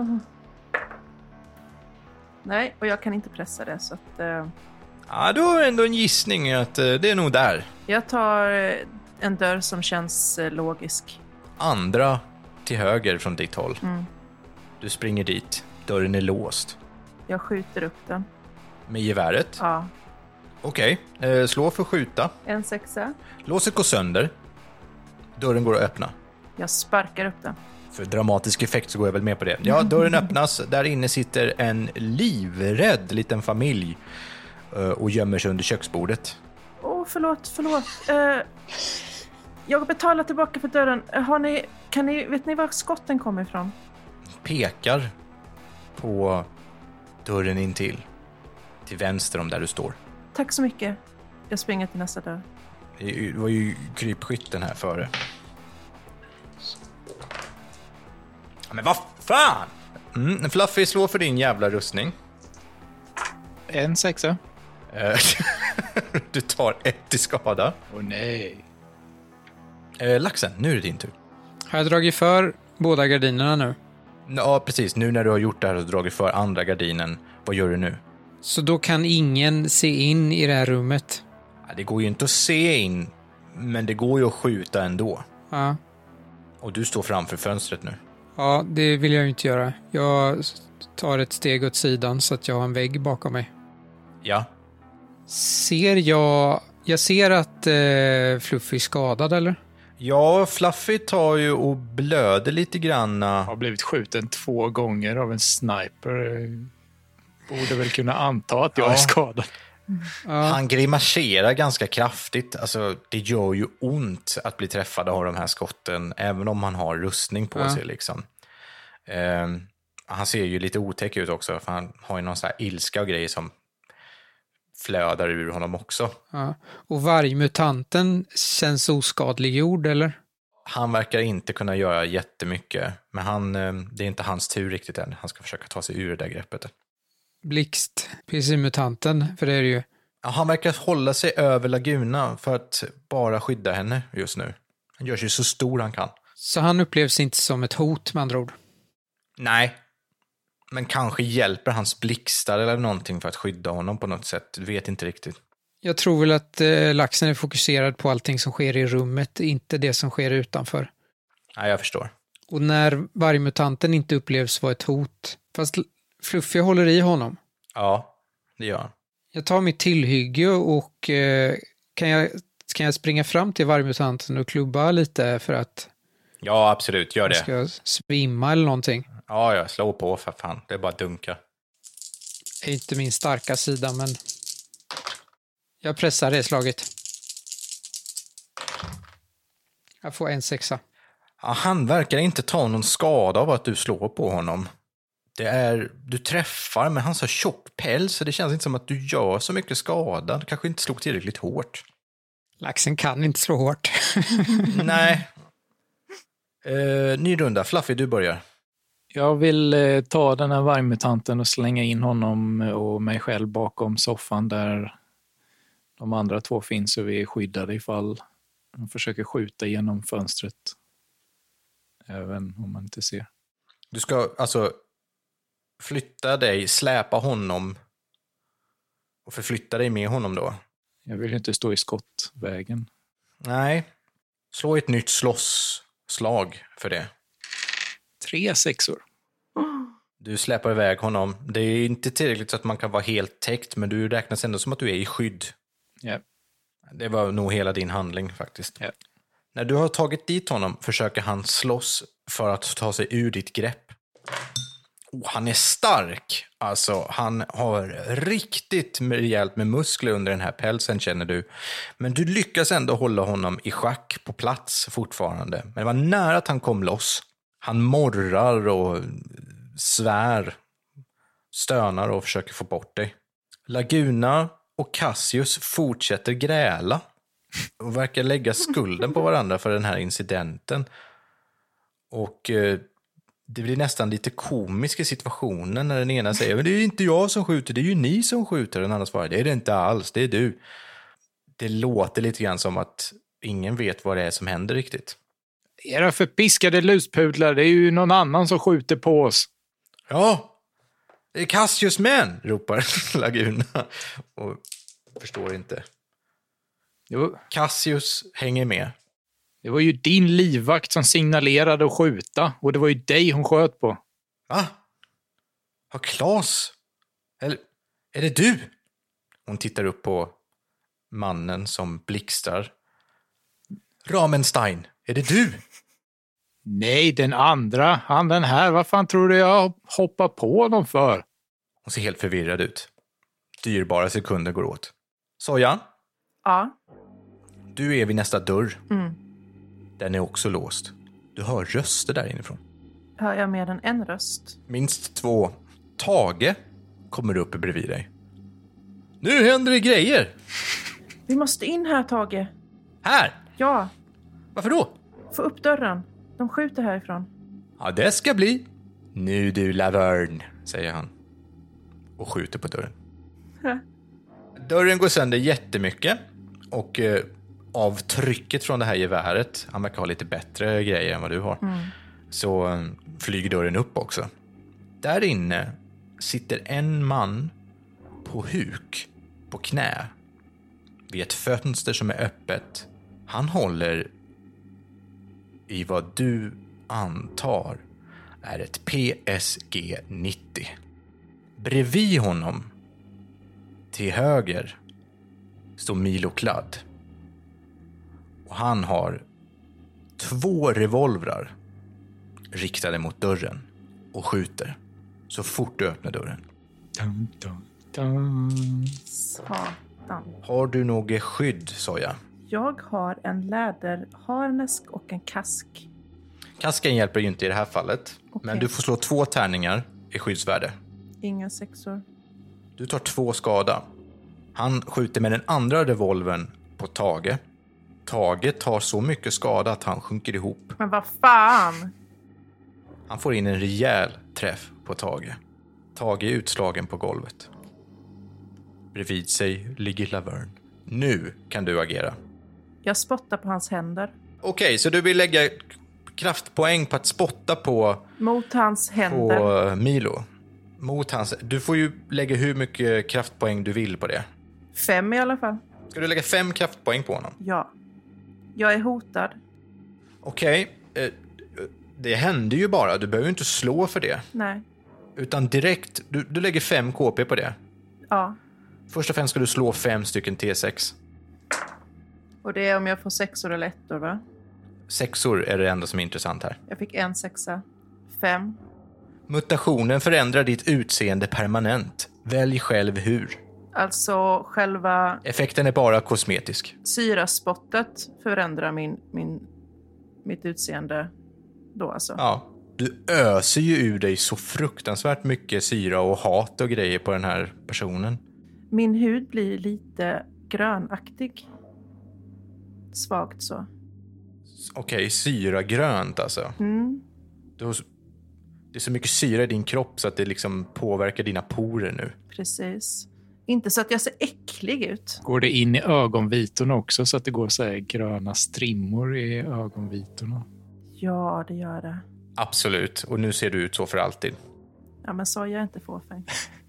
Nej, och jag kan inte pressa det så att... Uh... Ja, du har ändå en gissning att uh, det är nog där. Jag tar uh, en dörr som känns uh, logisk. Andra till höger från ditt håll. Mm. Du springer dit. Dörren är låst. Jag skjuter upp den. Med geväret? Ja. Okej, okay. uh, slå för skjuta. En sexa. Låset går sönder. Dörren går att öppna. Jag sparkar upp den. För dramatisk effekt så går jag väl med på det. Ja, dörren öppnas. Där inne sitter en livrädd liten familj och gömmer sig under köksbordet. Åh, oh, förlåt, förlåt. Uh, jag betalar tillbaka för dörren. Har ni, kan ni, vet ni var skotten kommer ifrån? Pekar på dörren in till. Till vänster om där du står. Tack så mycket. Jag springer till nästa dörr. Det var ju krypskytten här före. Men vad fan! Mm, Fluffy, slår för din jävla rustning. En sexa. Du tar ett i skada. Åh oh, nej. Eh, Laxen, nu är det din tur. Har jag dragit för båda gardinerna nu? Ja, precis. Nu när du har gjort det här och dragit för andra gardinen, vad gör du nu? Så då kan ingen se in i det här rummet? Ja, det går ju inte att se in, men det går ju att skjuta ändå. Ja. Och du står framför fönstret nu. Ja, det vill jag ju inte göra. Jag tar ett steg åt sidan så att jag har en vägg bakom mig. Ja. Ser jag... Jag ser att eh, Fluffy är skadad, eller? Ja, Fluffy tar ju och blöder lite grann. Jag har blivit skjuten två gånger av en sniper. Borde väl kunna anta att jag ja. är skadad. Ja. Han grimaserar ganska kraftigt. Alltså, det gör ju ont att bli träffad av de här skotten, även om han har rustning på ja. sig. Liksom. Um, han ser ju lite otäck ut också, för han har ju någon sån här ilska och grejer som flödar ur honom också. Ja. Och vargmutanten känns oskadliggjord, eller? Han verkar inte kunna göra jättemycket, men han, det är inte hans tur riktigt än. Han ska försöka ta sig ur det där greppet. Blixt, P C-mutanten, för det är det ju. Ja, han verkar hålla sig över Laguna för att bara skydda henne just nu. Han gör sig så stor han kan. Så han upplevs inte som ett hot, med andra ord? Nej, men kanske hjälper hans blixtar eller någonting för att skydda honom på något sätt. Du vet inte riktigt. Jag tror väl att eh, laxen är fokuserad på allting som sker i rummet, inte det som sker utanför. Nej, jag förstår. Och när vargmutanten inte upplevs vara ett hot, fast Fluffy håller i honom. Ja, det gör han. Jag tar mitt tillhygge och eh, kan, jag, kan jag springa fram till vargmutanten och klubba lite för att... Ja, absolut. Gör det. Ska svimma eller någonting. Ja, jag slår på för fan. Det är bara dunka. Det är inte min starka sida, men... Jag pressar det slaget. Jag får en sexa. Ja, han verkar inte ta någon skada av att du slår på honom. Det är, du träffar, men han har tjock päls så det känns inte som att du gör så mycket skada. Du kanske inte slog tillräckligt hårt. Laxen kan inte slå hårt. Nej. Uh, ny runda. Fluffy, du börjar. Jag vill eh, ta den här vargmutanten och slänga in honom och mig själv bakom soffan där de andra två finns, och vi är skyddade ifall de försöker skjuta genom fönstret. Även om man inte ser. Du ska alltså flytta dig, släpa honom och förflytta dig med honom då? Jag vill inte stå i skottvägen. Nej. Slå ett nytt slåsslag för det. Tre sexor. Du släpar iväg honom. Det är inte tillräckligt så att man kan vara helt täckt, men du räknas ändå som att du är i skydd. Ja. Det var nog hela din handling faktiskt. Ja. När du har tagit dit honom försöker han slåss för att ta sig ur ditt grepp. Oh, han är stark. Alltså, han har riktigt rejält med muskler under den här pälsen, känner du. Men du lyckas ändå hålla honom i schack på plats fortfarande. Men det var nära att han kom loss. Han morrar och svär, stönar och försöker få bort dig. Laguna och Cassius fortsätter gräla och verkar lägga skulden på varandra för den här incidenten. Och eh, det blir nästan lite komisk i situationen när den ena säger men det är inte jag som skjuter, det är ju ni som skjuter. Den andra svarar, det är det inte alls, det är du. Det låter lite grann som att ingen vet vad det är som händer riktigt. Era förpiskade luspudlar, det är ju någon annan som skjuter på oss. Ja, det är Cassius män, ropar Laguna och förstår inte. Jo. Cassius hänger med. Det var ju din livvakt som signalerade att skjuta, och det var ju dig hon sköt på. Va? Har Claes? Eller är det du? Hon tittar upp på mannen som blixtrar. Ramenstein, är det du? Nej, den andra. Han den här. Vad fan tror du jag hoppar på dem för? Hon ser helt förvirrad ut. Dyrbara sekunder går åt. Soja? Ja. Du är vid nästa dörr. Mm. Den är också låst. Du hör röster där inifrån. Hör jag mer än en röst? Minst två. Tage kommer upp bredvid dig. Nu händer det grejer! Vi måste in här, Tage. Här? Ja, Varför då? få upp dörren. De skjuter härifrån. Ja, det ska bli. Nu du, Laverne, säger han. Och skjuter på dörren. Dörren går sönder jättemycket. Och eh, av trycket från det här geväret, han verkar ha lite bättre grejer än vad du har, mm. så eh, flyger dörren upp också. Där inne sitter en man på huk, på knä, vid ett fönster som är öppet. Han håller i vad du antar är ett P S G nittio. Bredvid honom, till höger, står Milo Kladd. Och han har två revolvrar riktade mot dörren och skjuter så fort du öppnar dörren. Dun, dun, dun. Satan. Har du något skydd, Soja? Jag har en läderharnesk och en kask. Kasken hjälper ju inte i det här fallet. Okay. Men du får slå två tärningar i skyddsvärde. Inga sexor. Du tar två skada. Han skjuter med den andra revolvern på Tage. Tage tar så mycket skada att han sjunker ihop. Men vad fan? Han får in en rejäl träff på Tage. Tage är utslagen på golvet. Bredvid sig ligger Laverne. Nu kan du agera. Jag spottar på hans händer. Okej, okay, så du vill lägga kraftpoäng på att spotta på... Mot hans händer. På Milo. Mot hans... Du får ju lägga hur mycket kraftpoäng du vill på det. Fem i alla fall. Ska du lägga fem kraftpoäng på honom? Ja. Jag är hotad. Okej. Okay. Det händer ju bara. Du behöver ju inte slå för det. Nej. Utan direkt... Du, du lägger fem K P på det. Ja. Först och främst ska du slå fem stycken T sex. Och det är om jag får sexor eller ettor, va? Sexor är det enda som är intressant här. Jag fick en sexa. Fem. Mutationen förändrar ditt utseende permanent. Välj själv hur. Alltså själva... Effekten är bara kosmetisk. Syraspottet förändrar min, min, mitt utseende då alltså. Ja. Du öser ju ur dig så fruktansvärt mycket syra och hat och grejer på den här personen. Min hud blir lite grönaktig. Svagt så. Okej, okay, syra grönt alltså. Mm. Du har, det är så mycket syra i din kropp så att det liksom påverkar dina porer nu. Precis. Inte så att jag ser äcklig ut. Går det in i ögonvitorna också så att det går så här gröna strimmor i ögonvitorna? Ja, det gör det. Absolut, och nu ser du ut så för alltid. Ja, men så är jag inte fåfäng.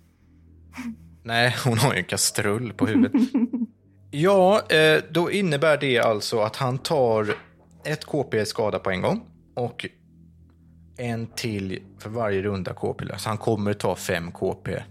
Nej, hon har ju en kastrull på huvudet. Ja, då innebär det alltså att han tar ett K P skada på en gång. Och en till för varje runda K P. Så han kommer ta fem K P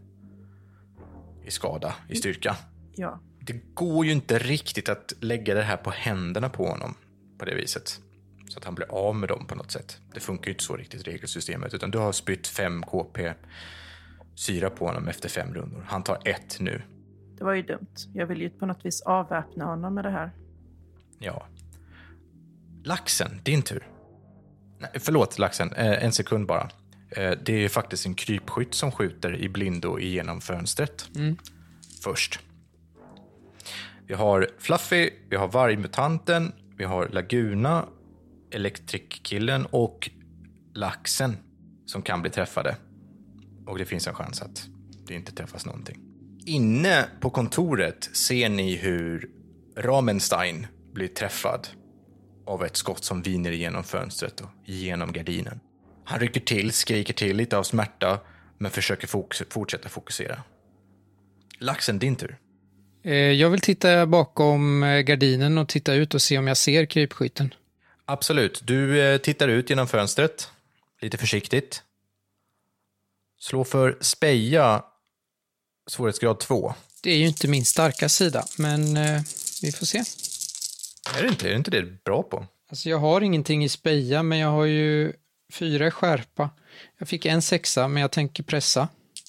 i skada, i styrka. Ja. Det går ju inte riktigt att lägga det här på händerna på honom på det viset. Så att han blir av med dem på något sätt. Det funkar ju inte så riktigt i regelsystemet. Utan du har spytt fem K P syra på honom efter fem rundor. Han tar ett nu. Det var ju dumt. Jag vill ju på något vis avväpna honom med det här. Ja. Laxen, din tur. Nej, förlåt laxen, eh, en sekund bara. Eh, det är faktiskt en krypskytt som skjuter i blindo igenom fönstret. Mm. Först. Vi har Fluffy, vi har vargmutanten, vi har Laguna, elektrikkillen och laxen som kan bli träffade. Och det finns en chans att det inte träffas någonting. Inne på kontoret ser ni hur Ramenstein blir träffad av ett skott som viner igenom fönstret och genom gardinen. Han rycker till, skriker till lite av smärta men försöker fokus- fortsätta fokusera. Laxen, din tur. Jag vill titta bakom gardinen och titta ut och se om jag ser krypskytten. Absolut. Du tittar ut genom fönstret lite försiktigt. Slå för speja svårighetsgrad två. Det är ju inte min starka sida, men eh, vi får se. Är det inte? Är det inte det bra på? Alltså jag har ingenting i speja, men jag har ju fyra i skärpa. Jag fick en sexa, men jag tänker pressa.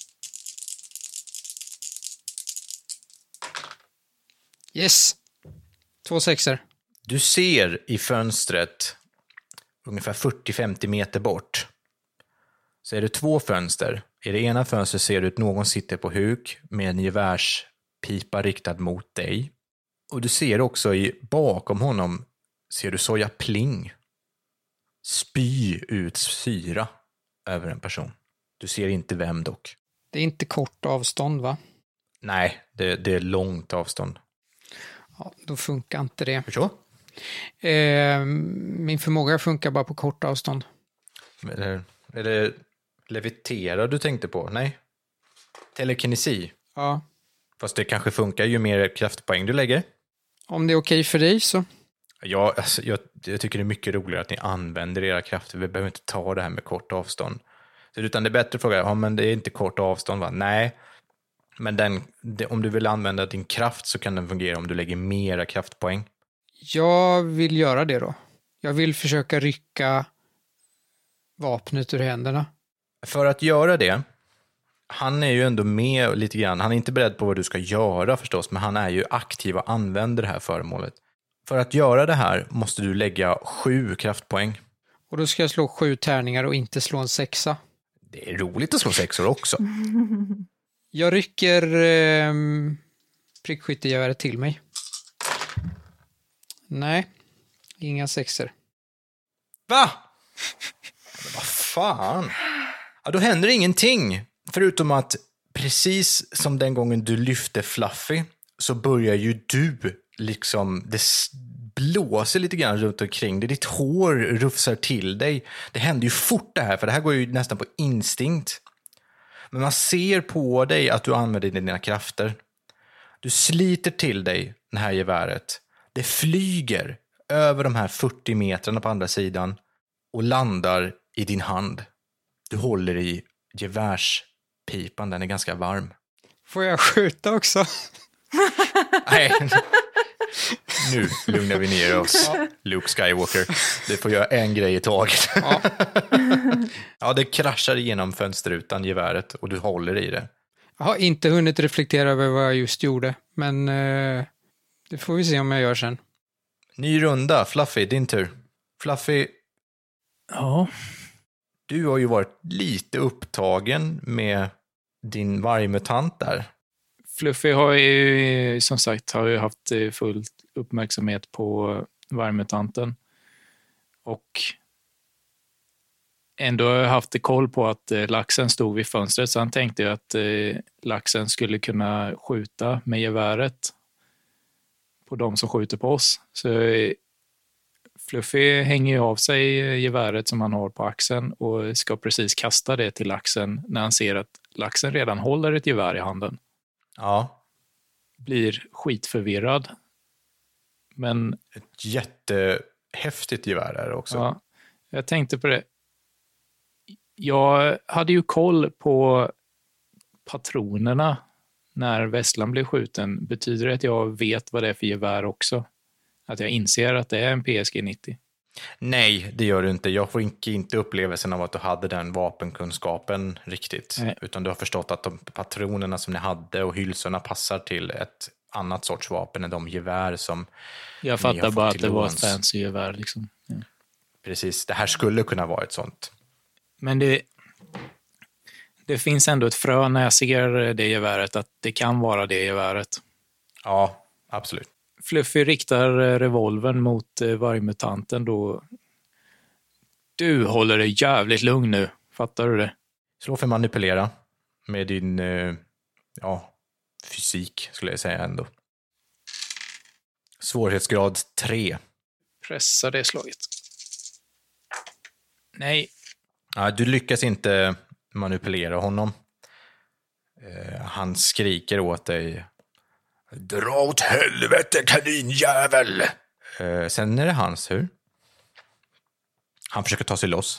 Yes! Två sexor. Du ser i fönstret ungefär fyrtio till femtio meter bort. Så är det två fönster. I det ena fönstret ser du att någon sitter på huk med en gevärspipa riktad mot dig. Och du ser också i bakom honom ser du Soja Pling spy ut syra över en person. Du ser inte vem dock. Det är inte kort avstånd, va? Nej, det, det är långt avstånd. Ja, då funkar inte det. Förstå? Eh, min förmåga funkar bara på kort avstånd. Är det, är det levitera du tänkte på? Nej. Telekinesi. Ja. Fast det kanske funkar ju mer kraftpoäng du lägger. Om det är okej för dig så. Ja, alltså, jag, jag tycker det är mycket roligare att ni använder era krafter. Vi behöver inte ta det här med kort avstånd. Så, utan det är bättre att fråga, ja men det är inte kort avstånd va? Nej. Men den, det, om du vill använda din kraft så kan den fungera om du lägger mera kraftpoäng. Jag vill göra det då. Jag vill försöka rycka vapnet ur händerna. För att göra det, han är ju ändå med lite grann. Han är inte beredd på vad du ska göra förstås, men han är ju aktiv och använder det här föremålet. För att göra det här måste du lägga sju kraftpoäng. Och då ska jag slå sju tärningar och inte slå en sexa. Det är roligt att slå sexor också. Jag rycker eh, prickskyttegeväret till mig. Nej, inga sexer. Va? Men vad fan? Ja, då händer ingenting. Förutom att precis som den gången du lyfte Fluffy så börjar ju du liksom, det blåser lite grann runt omkring dig. Ditt hår rufsar till dig. Det händer ju fort det här, för det här går ju nästan på instinkt. Men man ser på dig att du använder dina krafter. Du sliter till dig det här geväret. Det flyger över de här fyrtio metrarna på andra sidan och landar i din hand. Du håller i gevärspipan, den är ganska varm. Får jag skjuta också? Nej. Nu lugnar vi ner oss, ja. Luke Skywalker. Du får göra en grej i taget. Ja. Ja, det kraschar igenom fönsterrutan, geväret, och du håller i det. Jag har inte hunnit reflektera över vad jag just gjorde, men eh, det får vi se om jag gör sen. Ny runda, Fluffy, din tur. Fluffy, ja. Du har ju varit lite upptagen med din vargmutant där. Fluffy har ju som sagt har ju haft full uppmärksamhet på vargmutanten. Och ändå har jag haft koll på att laxen stod vid fönstret, så han tänkte ju att laxen skulle kunna skjuta med geväret på de som skjuter på oss. Så Fluffy hänger ju av sig geväret som han har på axeln och ska precis kasta det till laxen när han ser att laxen redan håller ett gevär i handen. Ja. Blir skitförvirrad. Men ett jättehäftigt gevär är det också. Ja, jag tänkte på det. Jag hade ju koll på patronerna när Vesslan blev skjuten. Betyder det att jag vet vad det är för gevär också? Att jag inser att det är en P S G nittio? Nej, det gör du inte. Jag får inte, inte upplevelsen av att du hade den vapenkunskapen riktigt. Nej. Utan du har förstått att de patronerna som ni hade och hylsorna passar till ett annat sorts vapen än de gevär som jag fattar bara att det var ett fancy gevär. Liksom. Ja. Precis, det här skulle kunna vara ett sånt. Men det, det finns ändå ett frö när jag ser det geväret att det kan vara det geväret. Ja, absolut. Fluffy riktar revolvern mot vargmutanten då. Du håller dig jävligt lugn nu. Fattar du det? Slå för manipulera med din ja, fysik skulle jag säga ändå. Svårighetsgrad tre. Pressa det slaget. Nej. Ja, du lyckas inte manipulera honom. Han skriker åt dig. Dra åt helvete, kaninjävel! Eh, sen är det hans tur. Han försöker ta sig loss.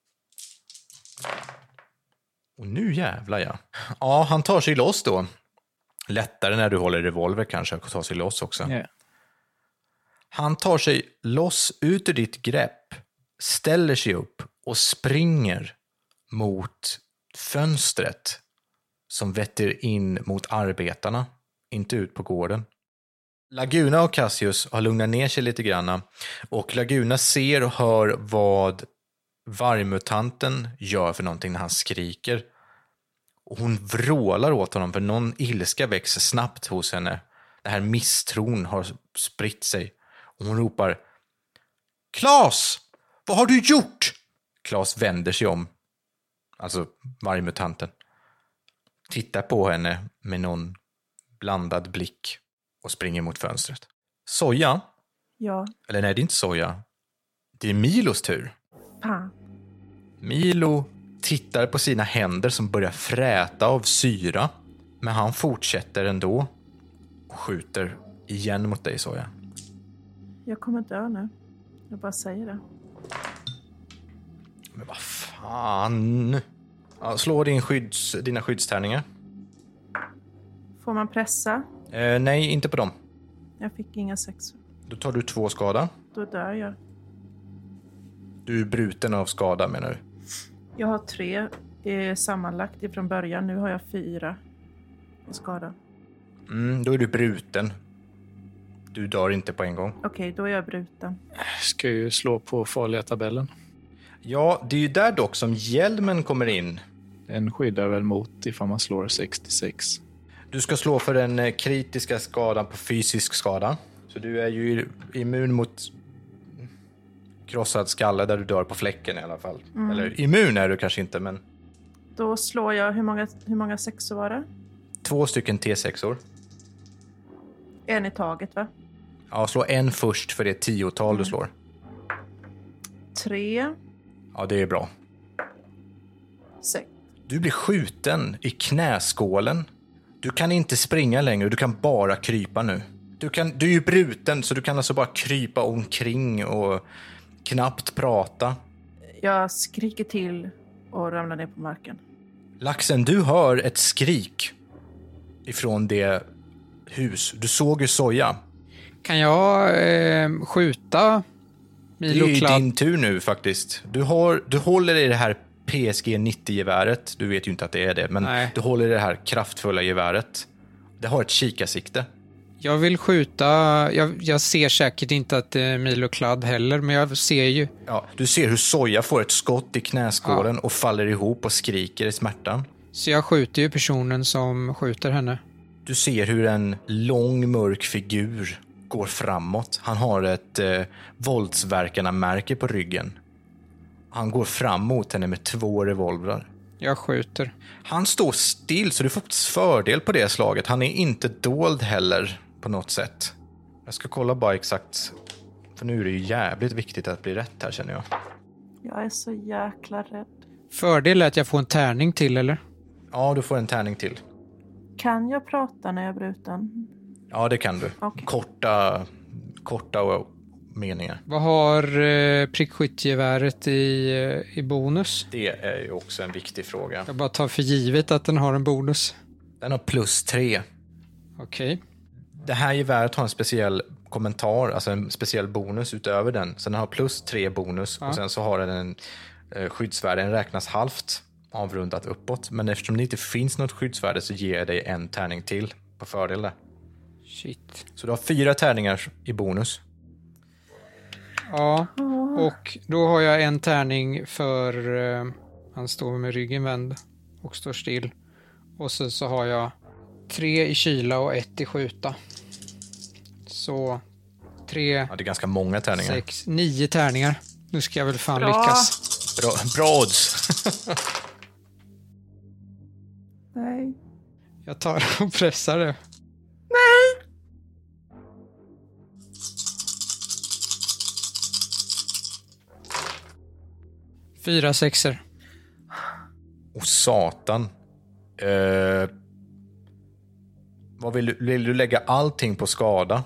Och nu jävlar ja. Ja, han tar sig loss då. Lättare när du håller revolver kanske att ta sig loss också. Yeah. Han tar sig loss ut ur ditt grepp. Ställer sig upp och springer mot fönstret som vetter in mot arbetarna. Inte ut på gården. Laguna och Cassius har lugnat ner sig lite grann. Och Laguna ser och hör vad vargmutanten gör för någonting när han skriker. Och hon vrålar åt honom för någon ilska växer snabbt hos henne. Det här misstron har spritt sig. Och hon ropar: Klas! Vad har du gjort? Klas vänder sig om. Alltså vargmutanten. Tittar på henne med någon blandad blick och springer mot fönstret. Soja? Ja. Eller nej, det är inte Soja. Det är Milos tur. Fan. Milo tittar på sina händer som börjar fräta av syra. Men han fortsätter ändå och skjuter igen mot dig, Soja. Jag kommer dö nu. Jag bara säger det. Men vad fan. Ja, slå din skydds, dina skyddstärningar. Får man pressa? Eh, nej, inte på dem. Jag fick inga sexor. Då tar du två skada. Då dör jag. Du är bruten av skada, menar du? Jag har tre eh, sammanlagt ifrån början. Nu har jag fyra i skada. Mm, då är du bruten. Du dör inte på en gång. Okej, okay, då är jag bruten. Ska ju slå på farliga tabellen. Ja, det är ju där dock som hjälmen kommer in. Den skyddar väl mot ifall man slår sextiosex. Du ska slå för den eh, kritiska skadan på fysisk skada. Så du är ju immun mot krossad skalle där du dör på fläcken i alla fall. Mm. Eller immun är du kanske inte, men... Då slår jag, hur många, hur många sexor var det? Två stycken T sexor. En i taget, va? Ja, slå en först för det tiotal mm. du slår. Tre. Ja, det är bra. Sex. Du blir skjuten i knäskålen. Du kan inte springa längre, du kan bara krypa nu. Du, kan, du är ju bruten, så du kan alltså bara krypa omkring och knappt prata. Jag skriker till och ramlar ner på marken. Laxen, du hör ett skrik ifrån det hus. Du såg ju Soja. Kan jag eh, skjuta Milo Det är Kladd? din tur nu faktiskt. Du, har, du håller i det här P S G nittio-geväret. Du vet ju inte att det är det, men Nej. Du håller i det här kraftfulla geväret. Det har ett kikarsikte. Jag vill skjuta... Jag, jag ser säkert inte att det är Milo Kladd heller, men jag ser ju... Ja, du ser hur Soja får ett skott i knäskålen ja. och faller ihop och skriker i smärtan. Så jag skjuter ju personen som skjuter henne. Du ser hur en lång mörk figur går framåt. Han har ett eh, våldsverkarna-märke på ryggen. Han går fram mot henne med två revolvrar. Jag skjuter. Han står still, så du får fördel på det slaget. Han är inte dold heller på något sätt. Jag ska kolla bara exakt. För nu är det ju jävligt viktigt att bli rätt här, känner jag. Jag är så jäkla rädd. Fördel är att jag får en tärning till, eller? Ja, du får en tärning till. Kan jag prata när jag är bruten? Ja, det kan du. Okay. Korta, korta och meningar. Vad har eh, prickskyttgeväret i, eh, i bonus? Det är ju också en viktig fråga. Jag bara tar för givet att den har en bonus. Den har plus tre. Okej. Okay. Det här geväret har en speciell kommentar, alltså en speciell bonus utöver den. Så den har plus tre bonus ja. och sen så har den en eh, skyddsvärde. Den räknas halvt avrundat uppåt. Men eftersom det inte finns något skyddsvärde så ger jag dig en tärning till på fördel där. Shit. Så du har fyra tärningar i bonus. Ja, och då har jag en tärning för eh, han står med ryggen vänd och står still. Och så, så har jag tre i kyla och ett i skjuta. Så tre... Ja, det är ganska många tärningar. Sex, nio tärningar. Nu ska jag väl fan Bra. lyckas. Bra, bra odds. Nej. Jag tar och pressar det. Nej! Fyra sexer. Åh, satan. Uh, vad vill du, vill du lägga allting på skada?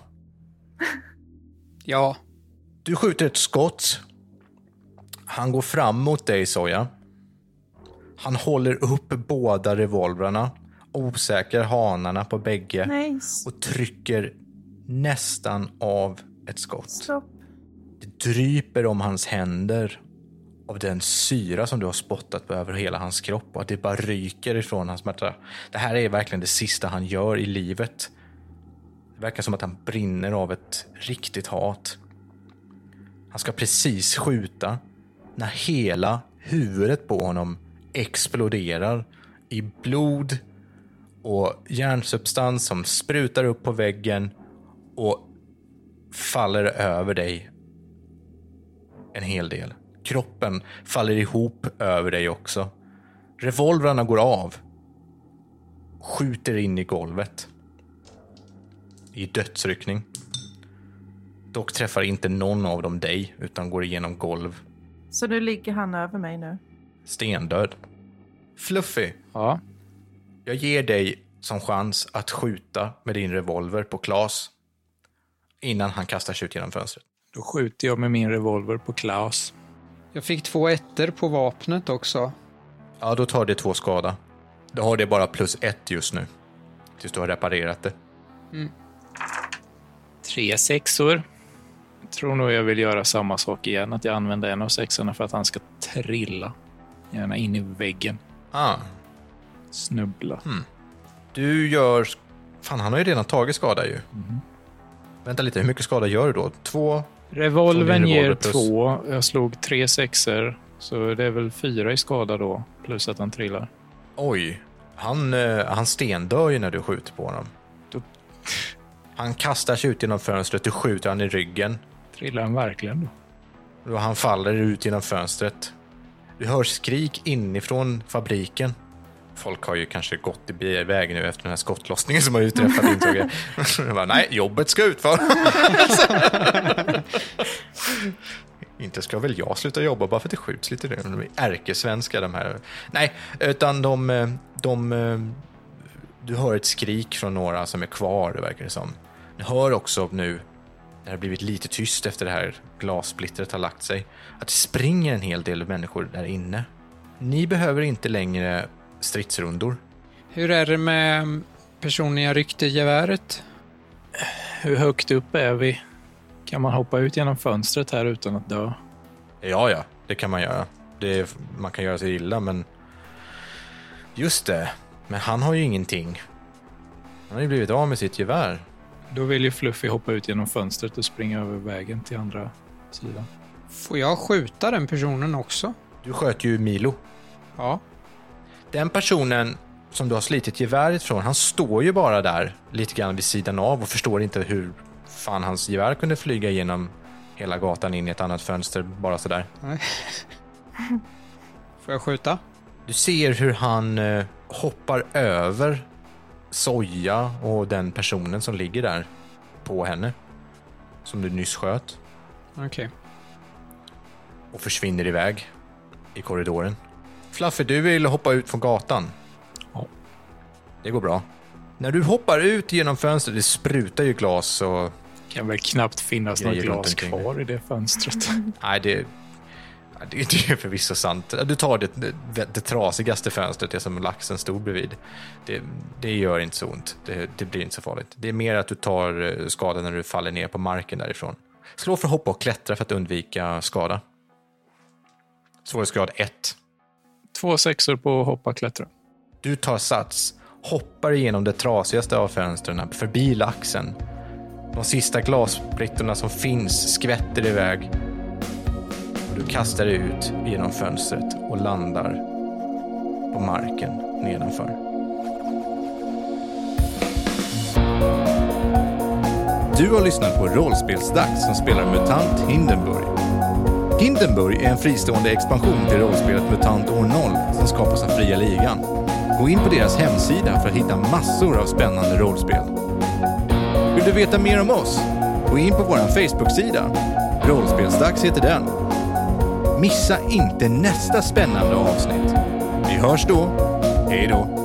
Ja. Du skjuter ett skott. Han går fram mot dig, Soja. Han håller upp båda revolvrarna. Osäker hanarna på bägge. Nice. Och trycker nästan av ett skott. Stopp. Det dryper om hans händer av den syra som du har spottat på över hela hans kropp. Och att det bara ryker ifrån hans smärta. Det här är verkligen det sista han gör i livet. Det verkar som att han brinner av ett riktigt hat. Han ska precis skjuta när hela huvudet på honom exploderar i blod och järnsubstans som sprutar upp på väggen och faller över dig en hel del. Kroppen faller ihop över dig också. Revolvrarna går av. Skjuter in i golvet. I dödsryckning. Dock träffar inte någon av dem dig utan går igenom golv. Så nu ligger han över mig nu? Stendöd. Fluffy. Ja. Jag ger dig som chans att skjuta med din revolver på Klaus innan han kastar sig ut genom fönstret. Då skjuter jag med min revolver på Klaus. Jag fick två ettor på vapnet också. Ja, då tar det två skada. Du har det bara plus ett just nu. Tills du har reparerat det. Mm. Tre sexor. Jag tror nog jag vill göra samma sak igen. Att jag använder en av sexorna för att han ska trilla. Gärna in i väggen. Ah. Snubbla. Mm. Du gör... Fan, han har ju redan tagit skada ju. Mm. Vänta lite, hur mycket skada gör du då? Två? Revolven ger revolver plus... två. Jag slog tre sexor. Så det är väl fyra i skada då. Plus att han trillar. Oj. Han, eh, han stendör ju när du skjuter på honom. Då Han kastar sig ut genom fönstret, du skjuter han i ryggen. trillar han verkligen då. Och han faller ut genom fönstret. Du hör skrik inifrån fabriken. Folk har ju kanske gått i väg nu efter den här skottlossningen som har utträffat, insåg jag. Jag bara, nej, jobbet ska utföras. Inte ska väl jag sluta jobba bara för att det skjuts lite. De är ärkesvenska de här. Nej, utan de, de... Du hör ett skrik från några som är kvar, det verkar det som. Du hör också nu, när det har blivit lite tyst efter det här glassplittret har lagt sig, att det springer en hel del människor där inne. Ni behöver inte längre stridsrundor. Hur är det med personen jag ryckte i geväret? Hur högt upp är vi? Kan man hoppa ut genom fönstret här utan att dö? Ja, ja, det kan man göra. Det är, man kan göra sig illa, men... Just det, men han har ju ingenting. Han har ju blivit av med sitt gevär. Då vill ju Fluffy hoppa ut genom fönstret och springa över vägen till andra sidan. Får jag skjuta den personen också? Du sköt ju Milo. Ja. Den personen som du har slitit geväret från, han står ju bara där lite grann vid sidan av och förstår inte hur fan hans gevär kunde flyga igenom hela gatan in i ett annat fönster bara sådär. Nej. Får jag skjuta? Du ser hur han eh, hoppar över Soja och den personen som ligger där på henne, som du nyss sköt. Okej. Okay. Och försvinner iväg i korridoren. Fluffy, du vill hoppa ut från gatan. Ja. Det går bra. När du hoppar ut genom fönstret, det sprutar ju glas och... Kan väl knappt finnas något glas kvar i det fönstret. Nej, det, det, det är förvisso sant. Du tar det, det, det trasigaste fönstret, det som laxen stod bredvid. Det, det gör inte så ont. Det, det blir inte så farligt. Det är mer att du tar skada när du faller ner på marken därifrån. Slå för hoppa och klättra för att undvika skada. Svårighetsgrad ett. Två sexor på hoppa och klättra. Du tar sats, hoppar igenom det trasigaste av fönstren förbi laxen. De sista glassplittorna som finns skvätter iväg. Och du kastar dig ut genom fönstret och landar på marken nedanför. Du har lyssnat på Rollspelsdags som spelar MUTANT Hindenburg. Hindenburg är en fristående expansion till rollspelet MUTANT år noll som skapas av Fria Ligan. Gå in på deras hemsida för att hitta massor av spännande rollspel. Vill du veta mer om oss? Gå in på vår Facebook-sida. Rollspelsdags heter den. Missa inte nästa spännande avsnitt. Vi hörs då. Hej då.